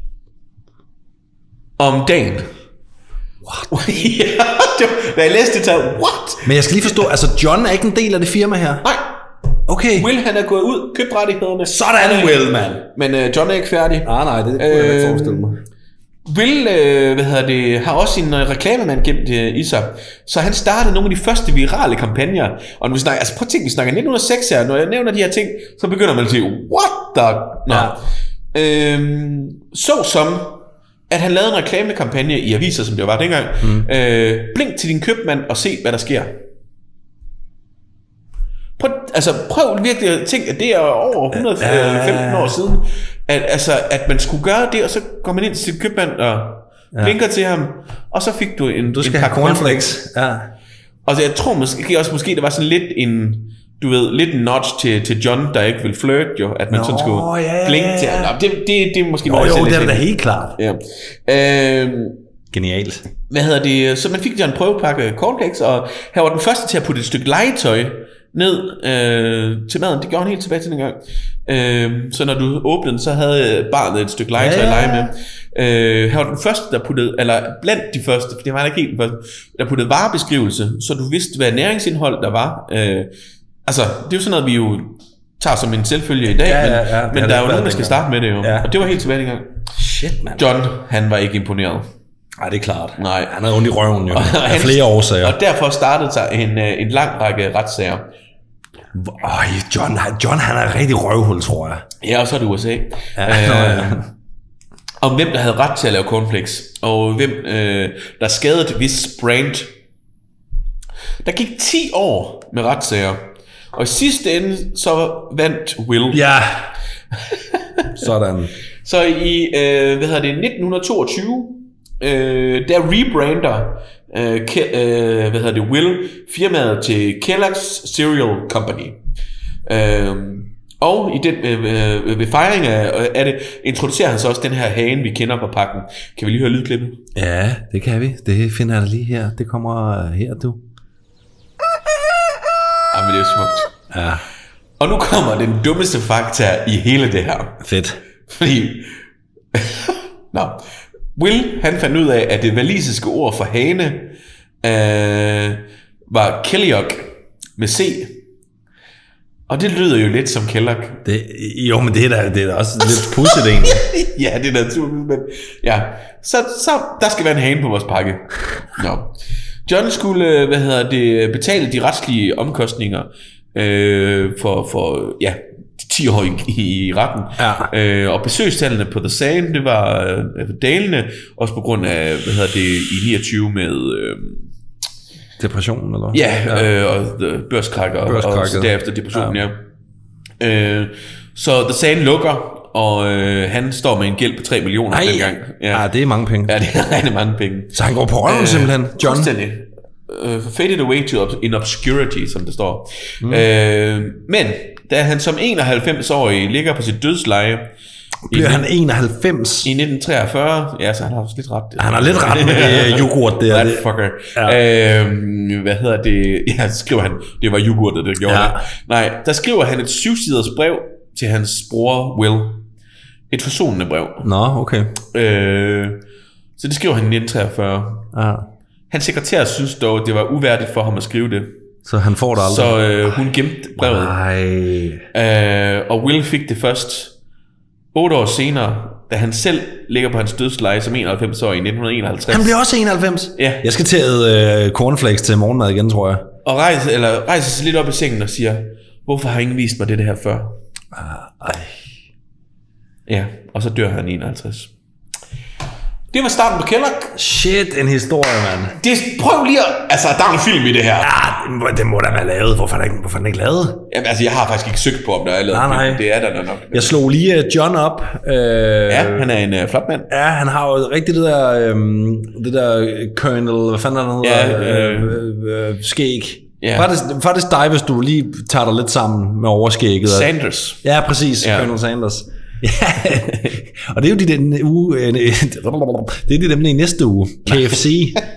om dagen. What? Ja, da jeg læste det, så what? Men jeg skal lige forstå, altså John er ikke en del af det firma her? Nej. Okay. Will han er gået ud, købt rettighederne. Sådan Will, mand. Men uh, John er ikke færdig. Ah, nej, det kunne øh, jeg ikke forestille mig. Will, øh, hvad hedder det, har også en uh, reklamemand gemt uh, i sig. Så han startede nogle af de første virale kampagner. Og når vi snakker, altså prøv at tænke, vi snakker nitten hundrede og seks her. Når jeg nævner de her ting, så begynder man at sige, what the... Nå. Ja. Øhm, så som... at han lavede en reklamekampagne i aviser, som det var dengang. Mm. Øh, blink til din købmand og se, hvad der sker. Prøv, altså, prøv virkelig at tænke, at det er over et hundrede og femten år siden, at, altså, at man skulle gøre det, og så går man ind til sin købmand og ja. blinker til ham, og så fik du en... Du skal en have cornflakes. Ja. Og så jeg tror måske også, måske det var sådan lidt en... Du ved, lidt en notch til, til John, der ikke vil flirte jo, at man Nå, sådan skulle ja, ja, blinke til ham. Det, det, det er måske... Nå, jo, det er da helt klart. Ja. Øhm, Genialt. Hvad hedder det? Så man fik en prøvepakke cornflakes, og her var den første til at putte et stykke legetøj ned øh, til maden. Det gjorde han helt tilbage til den gang. Øh, så når du åbnede den, så havde barnet et stykke legetøj ja. at lege med. Øh, her var den første, der puttede, eller blandt de første, for det var ikke helt den første, der puttede varebeskrivelse, så du vidste, hvad næringsindhold der var. Øh, altså, det er jo sådan noget, vi jo tager som en selvfølge i dag, ja, ja, ja. men, men der er jo nogen, der skal starte med det jo. Ja. Og det var helt tilbage dengang. Shit, man. John, han var ikke imponeret. Nej, det er klart. Nej. Han havde ondt i røven jo. Af flere årsager. Og derfor startede sig en, en lang række retssager. Øj, John, John han er rigtig røvhul, tror jeg. Ja, og så er det U S A. Ja, øh, om hvem der havde ret til at lave cornflakes, og hvem øh, der skadede et vis brand. Der gik ti år med retssager, og i sidste ende så vandt Will. Ja. Sådan. Så i øh, hvad hedder det, nitten toogtyve, øh, der rebrander øh, Ke- øh, hvad hedder det, Will firmaet til Kellogg's Cereal Company. Øh, og i den, øh, ved fejring af, af det, introducerer han så også den her hane, vi kender på pakken. Kan vi lige høre lydklippet? Ja, det kan vi. Det finder jeg lige her. Det kommer her, du. Jamen, det er smukt. Ja. Og nu kommer den dummeste fakta i hele det her. Fedt. Fordi... Nå. Will, han fandt ud af, at det walisiske ord for hane øh, var Kellogg med C. Og det lyder jo lidt som Kellogg. Det, jo, men det er da, det er da også lidt pudset egentlig. Ja, det er naturligt, men ja. Så, så der skal være en hane på vores pakke. Nå. John skulle, hvad hedder det, betale de retslige omkostninger øh, for, for, ja, ti år i, i retten. Ja. Øh, og besøgstallene på The Sand, det var øh, dalende, også på grund af, hvad hedder det, i niogtyve med... Øh, depressionen, eller? Ja, ja. Øh, og børskrak, og, og derefter depressionen, ja. ja. Øh, så The Sand lukker, og øh, han står med en gæld på tre millioner dengang. Ja. ja, det er mange penge. Ja, det er rigtig mange penge. Så han går på røven øh, simpelthen, John. Fuldstændig. Uh, faded away to in obscurity, som det står. Mm. Øh, men, da han som enoghalvfems-årig ligger på sit dødsleje, bliver han enoghalvfems? I nitten treogfyrre. Ja, så han har også lidt ret. Han har lidt ret med yoghurt der. That fucker. Ja. Øh, hvad hedder det? Ja, skriver han. Det var yoghurtet, der gjorde ja. det. Nej, der skriver han et syvsiders brev til hans bror Will. Et forsonende brev. Nå, okay. Øh, så det skriver han i nitten treogfyrre. Ja. Hans sekretær synes dog, det var uværdigt for ham at skrive det. Så han får det aldrig? Så øh, hun gemte brevet. Nej. Øh, og Will fik det først otte år senere, da han selv ligger på hans dødsleje som enoghalvfems-årig i nitten enoghalvtreds. Han bliver også enoghalvfems? Ja. Jeg skal til at øh, cornflakes til morgenmad igen, tror jeg. Og rejser, eller rejser sig lidt op i sengen og siger, hvorfor har ingen vist mig det her før? Ah, ej. Ja, og så dør han i enoghalvtreds. Det var starten på Kellogg. Shit, en historie, mand. Det, prøv lige at... Altså, der er en film i det her. Ja, det må, det må da være lavet. Hvorfor er den ikke, hvorfor er den ikke lavet? Jamen, altså, jeg har faktisk ikke søgt på, om der er lavet. Nej, nej. Det er der nok. Jeg slog lige John op. Øh, ja, han er en uh, flot mand. Ja, han har jo rigtig det der... Øh, det der Colonel... Hvad fanden er det, der ja, øh, øh, øh, skæg. Ja. Faktisk, faktisk dig, hvis du lige tager dig lidt sammen med overskægget. Sanders. Ja, præcis. Ja. Colonel Sanders. Ja, og det er jo de den uge, det er de dem i næste uge, K F C.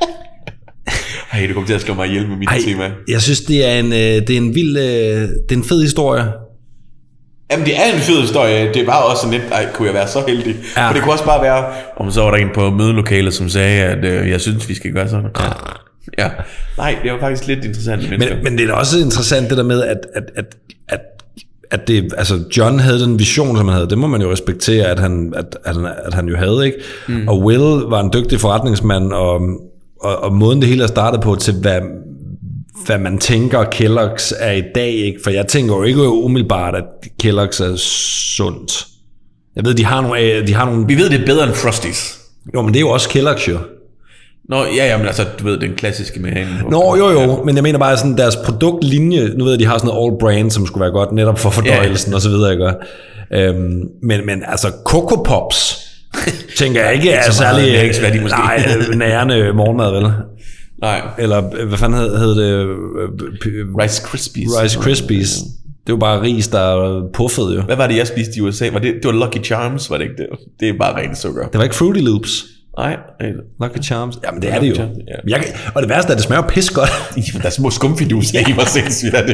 Ej, du kommer til at slå mig ihjel med mit Ej, tema. Jeg synes, det er en, det er en vild, det er en fed historie. Jamen, det er en fed historie. Det var også sådan lidt, ej, kunne jeg være så heldig? Ja. For det kunne også bare være, om så var der en på mødelokalet, som sagde, at øh, jeg synes, vi skal gøre sådan. Ja. Ja. Nej, det var faktisk lidt interessant. Men, men det er også interessant det der med, at, at, at, at at det, altså John havde den vision, som han havde, det må man jo respektere, at han, at, at han, at han jo havde, ikke? Mm. Og Will var en dygtig forretningsmand, og, og, og måden det hele er startet på, til hvad, hvad man tænker Kellogg's er i dag, ikke? For jeg tænker jo ikke umiddelbart, at Kellogg's er sundt. Jeg ved, de har nogle... De har nogle... Vi ved, det er bedre end Frosties. Jo, men det er jo også Kellogg's, jo. Nå, ja, ja, men altså, du ved, den klassiske med hanen. Nå, jo, jo, men jeg mener bare sådan, deres produktlinje, nu ved jeg, de har sådan noget all brand, som skulle være godt netop for fordøjelsen, ja, og så videre, ikke? Øhm, men, men altså, Coco Pops, tænker jeg ikke er særlig nej, nærende morgenmad, vel? Nej. Eller, hvad fanden hed, hed det? Rice Krispies. Rice Krispies. Det var bare ris, der puffede, jo. Hvad var det, jeg spiste i U S A? Var det, det var Lucky Charms, var det ikke det? Det er bare rent sukker. Det var ikke Fruity Loops. Nej, Lucky Charms. Jamen det er det jo. Charms, ja. Jeg, og det værste er, at det smager pis godt. Der er små skumfidus i, hvor sindssygt er det.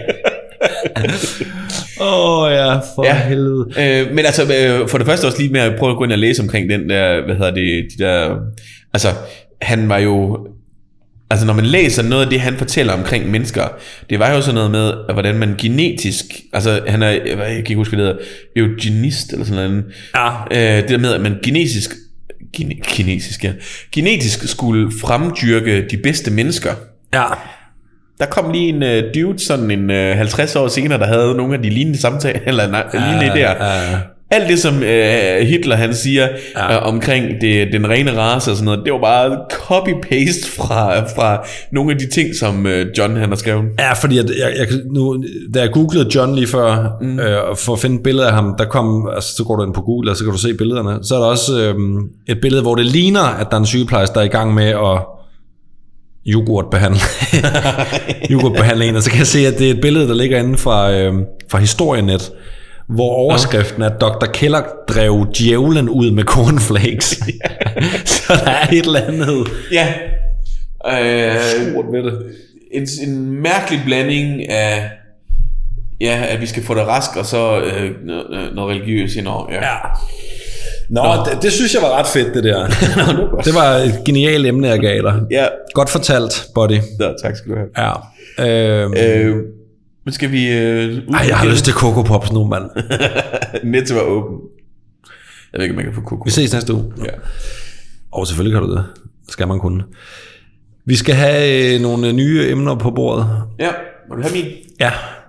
Åh oh, ja, for ja. helvede. Øh, men altså, øh, for det første også lige med at prøve at gå ind og læse omkring den der, hvad hedder det, de der, altså, han var jo, altså når man læser noget af det, han fortæller omkring mennesker, det var jo sådan noget med, hvordan man genetisk, altså han er, jeg kan ikke huske, hvad det hedder, eugenist eller sådan noget. Ja. Øh, det der med, at man genetisk, Gene, kinesisk, ja. Genetisk skulle fremdyrke de bedste mennesker. Ja. Der kom lige en uh, dude, sådan en uh, halvtreds år senere, der havde nogle af de lignende samtaler, eller nej, ja, lignende idéer. Ja. Alt det, som uh, Hitler han siger ja. uh, omkring det, den rene race og sådan noget, det var bare copy-paste fra, fra nogle af de ting, som uh, John han har skrevet. Ja, fordi jeg, jeg, jeg, nu, da jeg googlede John lige før, mm. øh, for at finde et billede af ham, der kom, altså så går du ind på Google, og så kan du se billederne, så er der også øh, et billede, hvor det ligner, at der er en sygeplejerske, der er i gang med at yoghurtbehandle, yoghurtbehandle en, og så kan jeg se, at det er et billede, der ligger inde fra, øh, fra Historienet, hvor overskriften er, at doktor Kellogg drev djævlen ud med cornflakes. Så der er et eller andet Ja. Øh, stort ved det. en, en mærkelig blanding af, ja, at vi skal få det rask, og så øh, noget, noget religiøst indover. Ja. Ja. Nå, Nå. Det, det synes jeg var ret fedt, det der. Det var et genialt emne, jeg gav dig. Ja. Godt fortalt, buddy. Nå, tak skal du have. Ja. Øhm. Øh, men skal vi... Øh, Ej, jeg har lyst til Coco Pops nu, mand. Netto er åben. Jeg ved ikke, om man kan få Coco. Vi ses næste uge. Ja. Og selvfølgelig kan du det. Skal man kunne. Vi skal have øh, nogle nye emner på bordet. Ja, må du have min? Ja.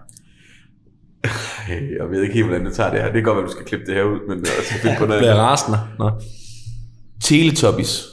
Jeg ved ikke helt, hvordan du tager det her. Det kan godt være, du skal klippe det her ud, men jeg skal finde på noget. Bliver jeg rasende? Nå. Teletubbies.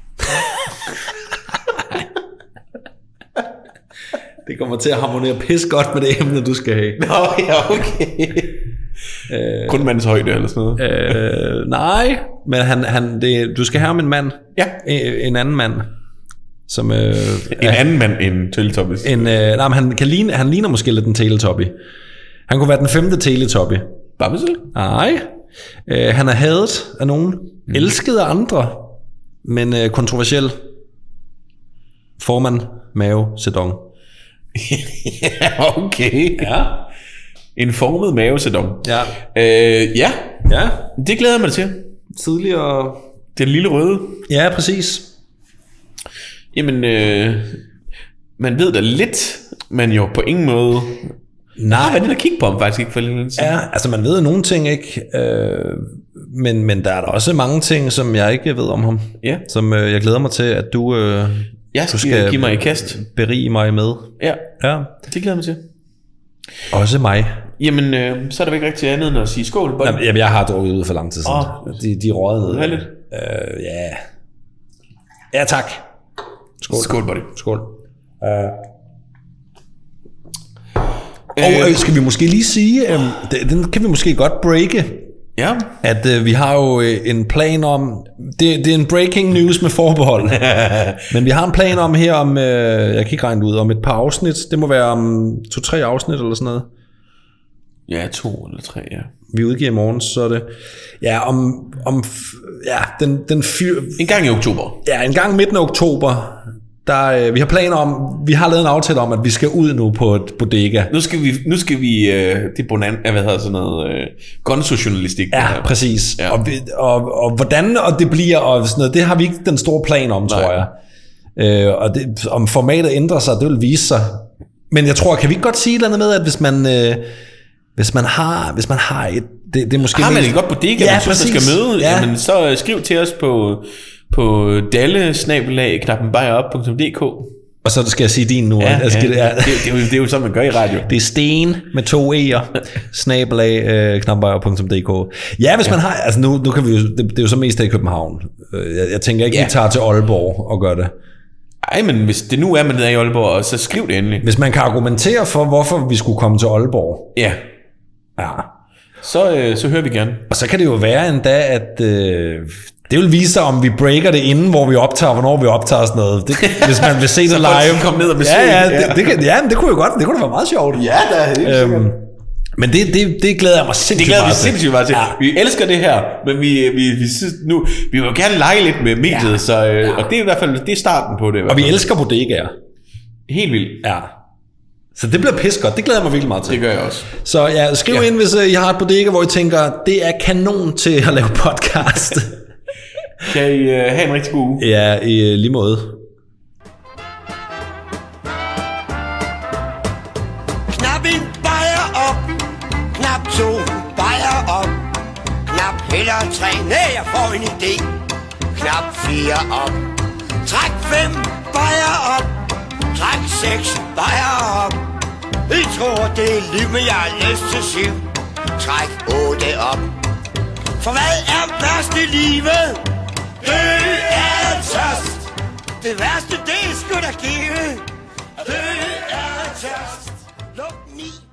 Det kommer til at harmonere pis godt med det emne, du skal have. Nå, ja, okay. øh, Kun mandens højde eller sådan noget. øh, nej, men han, han, det, du skal have om en mand. Ja. En, en anden mand. Som, øh, en anden mand end Teletubbies. En, øh, nej, men han, kan ligne, han ligner måske lidt en Teletubby. Han kunne være den femte Teletubby. Bare selv? Nej. Øh, han er hadet af nogen. Mm. Elsket af andre. Men øh, kontroversiel. Formand Mao Zedong. Ja, okay. Ja. En formet Mao Zedong. Ja. Øh, ja. Ja. Det glæder jeg mig til. Tidligere. Den lille røde. Ja, præcis. Jamen, øh, man ved da lidt, men jo på ingen måde... Nej. Jeg har været kigge på ham faktisk ikke for lidt siden. Ja, altså man ved nogle ting ikke, øh, men, men der er der også mange ting, som jeg ikke ved om ham. Ja. Som øh, jeg glæder mig til, at du, øh, jeg du skal, skal give mig i kast. Berige mig med. Ja, ja. Det glæder jeg mig til. Også mig. Jamen, øh, så er der ikke rigtig andet end at sige skål. Jamen, jamen, jeg har drukket ud for lang tid siden. Oh. De, de røget ned. Lidt. Øh, ja. Ja, tak. Skål. Skål, buddy. Skål. Uh. Og øh, skal vi måske lige sige, øh, den kan vi måske godt breake, ja. At øh, vi har jo øh, en plan om, det, det er en breaking news med forbehold, men vi har en plan om her om, øh, jeg kan ikke regne det ud, om et par afsnit, det må være om to-tre afsnit eller sådan noget. Ja, to eller tre, ja. Vi udgiver i morgen, så er det, ja, om, om ja, den, den fyr... En gang i oktober. Ja, en gang midten af oktober. Der, øh, vi har planer om, vi har lavet en aftale om, at vi skal ud nu på et bodega. Nu skal vi, nu skal vi, øh, det er bonan, hvad hedder sådan noget, øh, gonzo-journalistik. Ja, her. Præcis. Ja. Og, og, og hvordan og det bliver, og sådan noget, det har vi ikke den store plan om, tror Nej. jeg. Øh, og det, om formatet ændrer sig, det vil vise sig. Men jeg tror, kan vi ikke godt sige et eller andet med, at hvis man, øh, hvis man har, hvis man har et, det, det er måske... Har man et godt bodega, ja, man synes, man skal møde, ja. Jamen, så skriv til os på... på dalle snabel-a knappen bajer op punktum d k. Og så skal jeg sige din nu. Ja, jeg skal, ja. Det, det, er jo, det er jo sådan, man gør i radio. Det er sten med to e'er, snabel-a knappen bajer op punktum d k. Ja, hvis ja. man har... Altså nu, nu kan vi jo... Det, det er jo så mest af i København. Jeg, jeg tænker ikke, ja. vi tager til Aalborg og gør det. Ej, men hvis det nu er, man er i Aalborg, så skriv det endelig. Hvis man kan argumentere for, hvorfor vi skulle komme til Aalborg. Ja. Ja. Så, øh, så hører vi gerne. Og så kan det jo være endda, at... Øh, det vil vise sig, om vi breaker det inden, hvor vi optager, hvornår vi optager sådan noget. Det, hvis man vil se det live. Kom ned og besøg. Ja, ja, det, det, kan, ja, det kunne jo godt, det kunne da være meget sjovt. Ja, der er helt øhm, men det, det, det glæder jeg mig sindssygt Det glæder meget vi sindssygt meget til. Ja. Vi elsker det her, men vi, vi, vi, nu, vi vil jo gerne lege lidt med mediet, ja. så, øh, ja. og det er i hvert fald det er starten på det. Og vi elsker bodegaer. Helt vildt. Ja. Så det bliver pis godt. Det glæder jeg mig virkelig meget til. Det gør jeg også. Så ja, skriv ja. ind, hvis I har et bodega, hvor I tænker, det er kanon til at lave podcast. Kan I uh, have en rigtig god uge? Ja, i uh, lige måde. Knap en bajer op, knap to bajer op, knap heller tre, nej, jeg får en idé. Knap fire op, træk fem bajer op, træk seks bajer op. I tror det er liv, men jeg har lyst til syv. Træk otte op. For hvad er værst i livet? Dø er tørst. Det værste, det er sgu da give. Dø er tørst. Luk ni.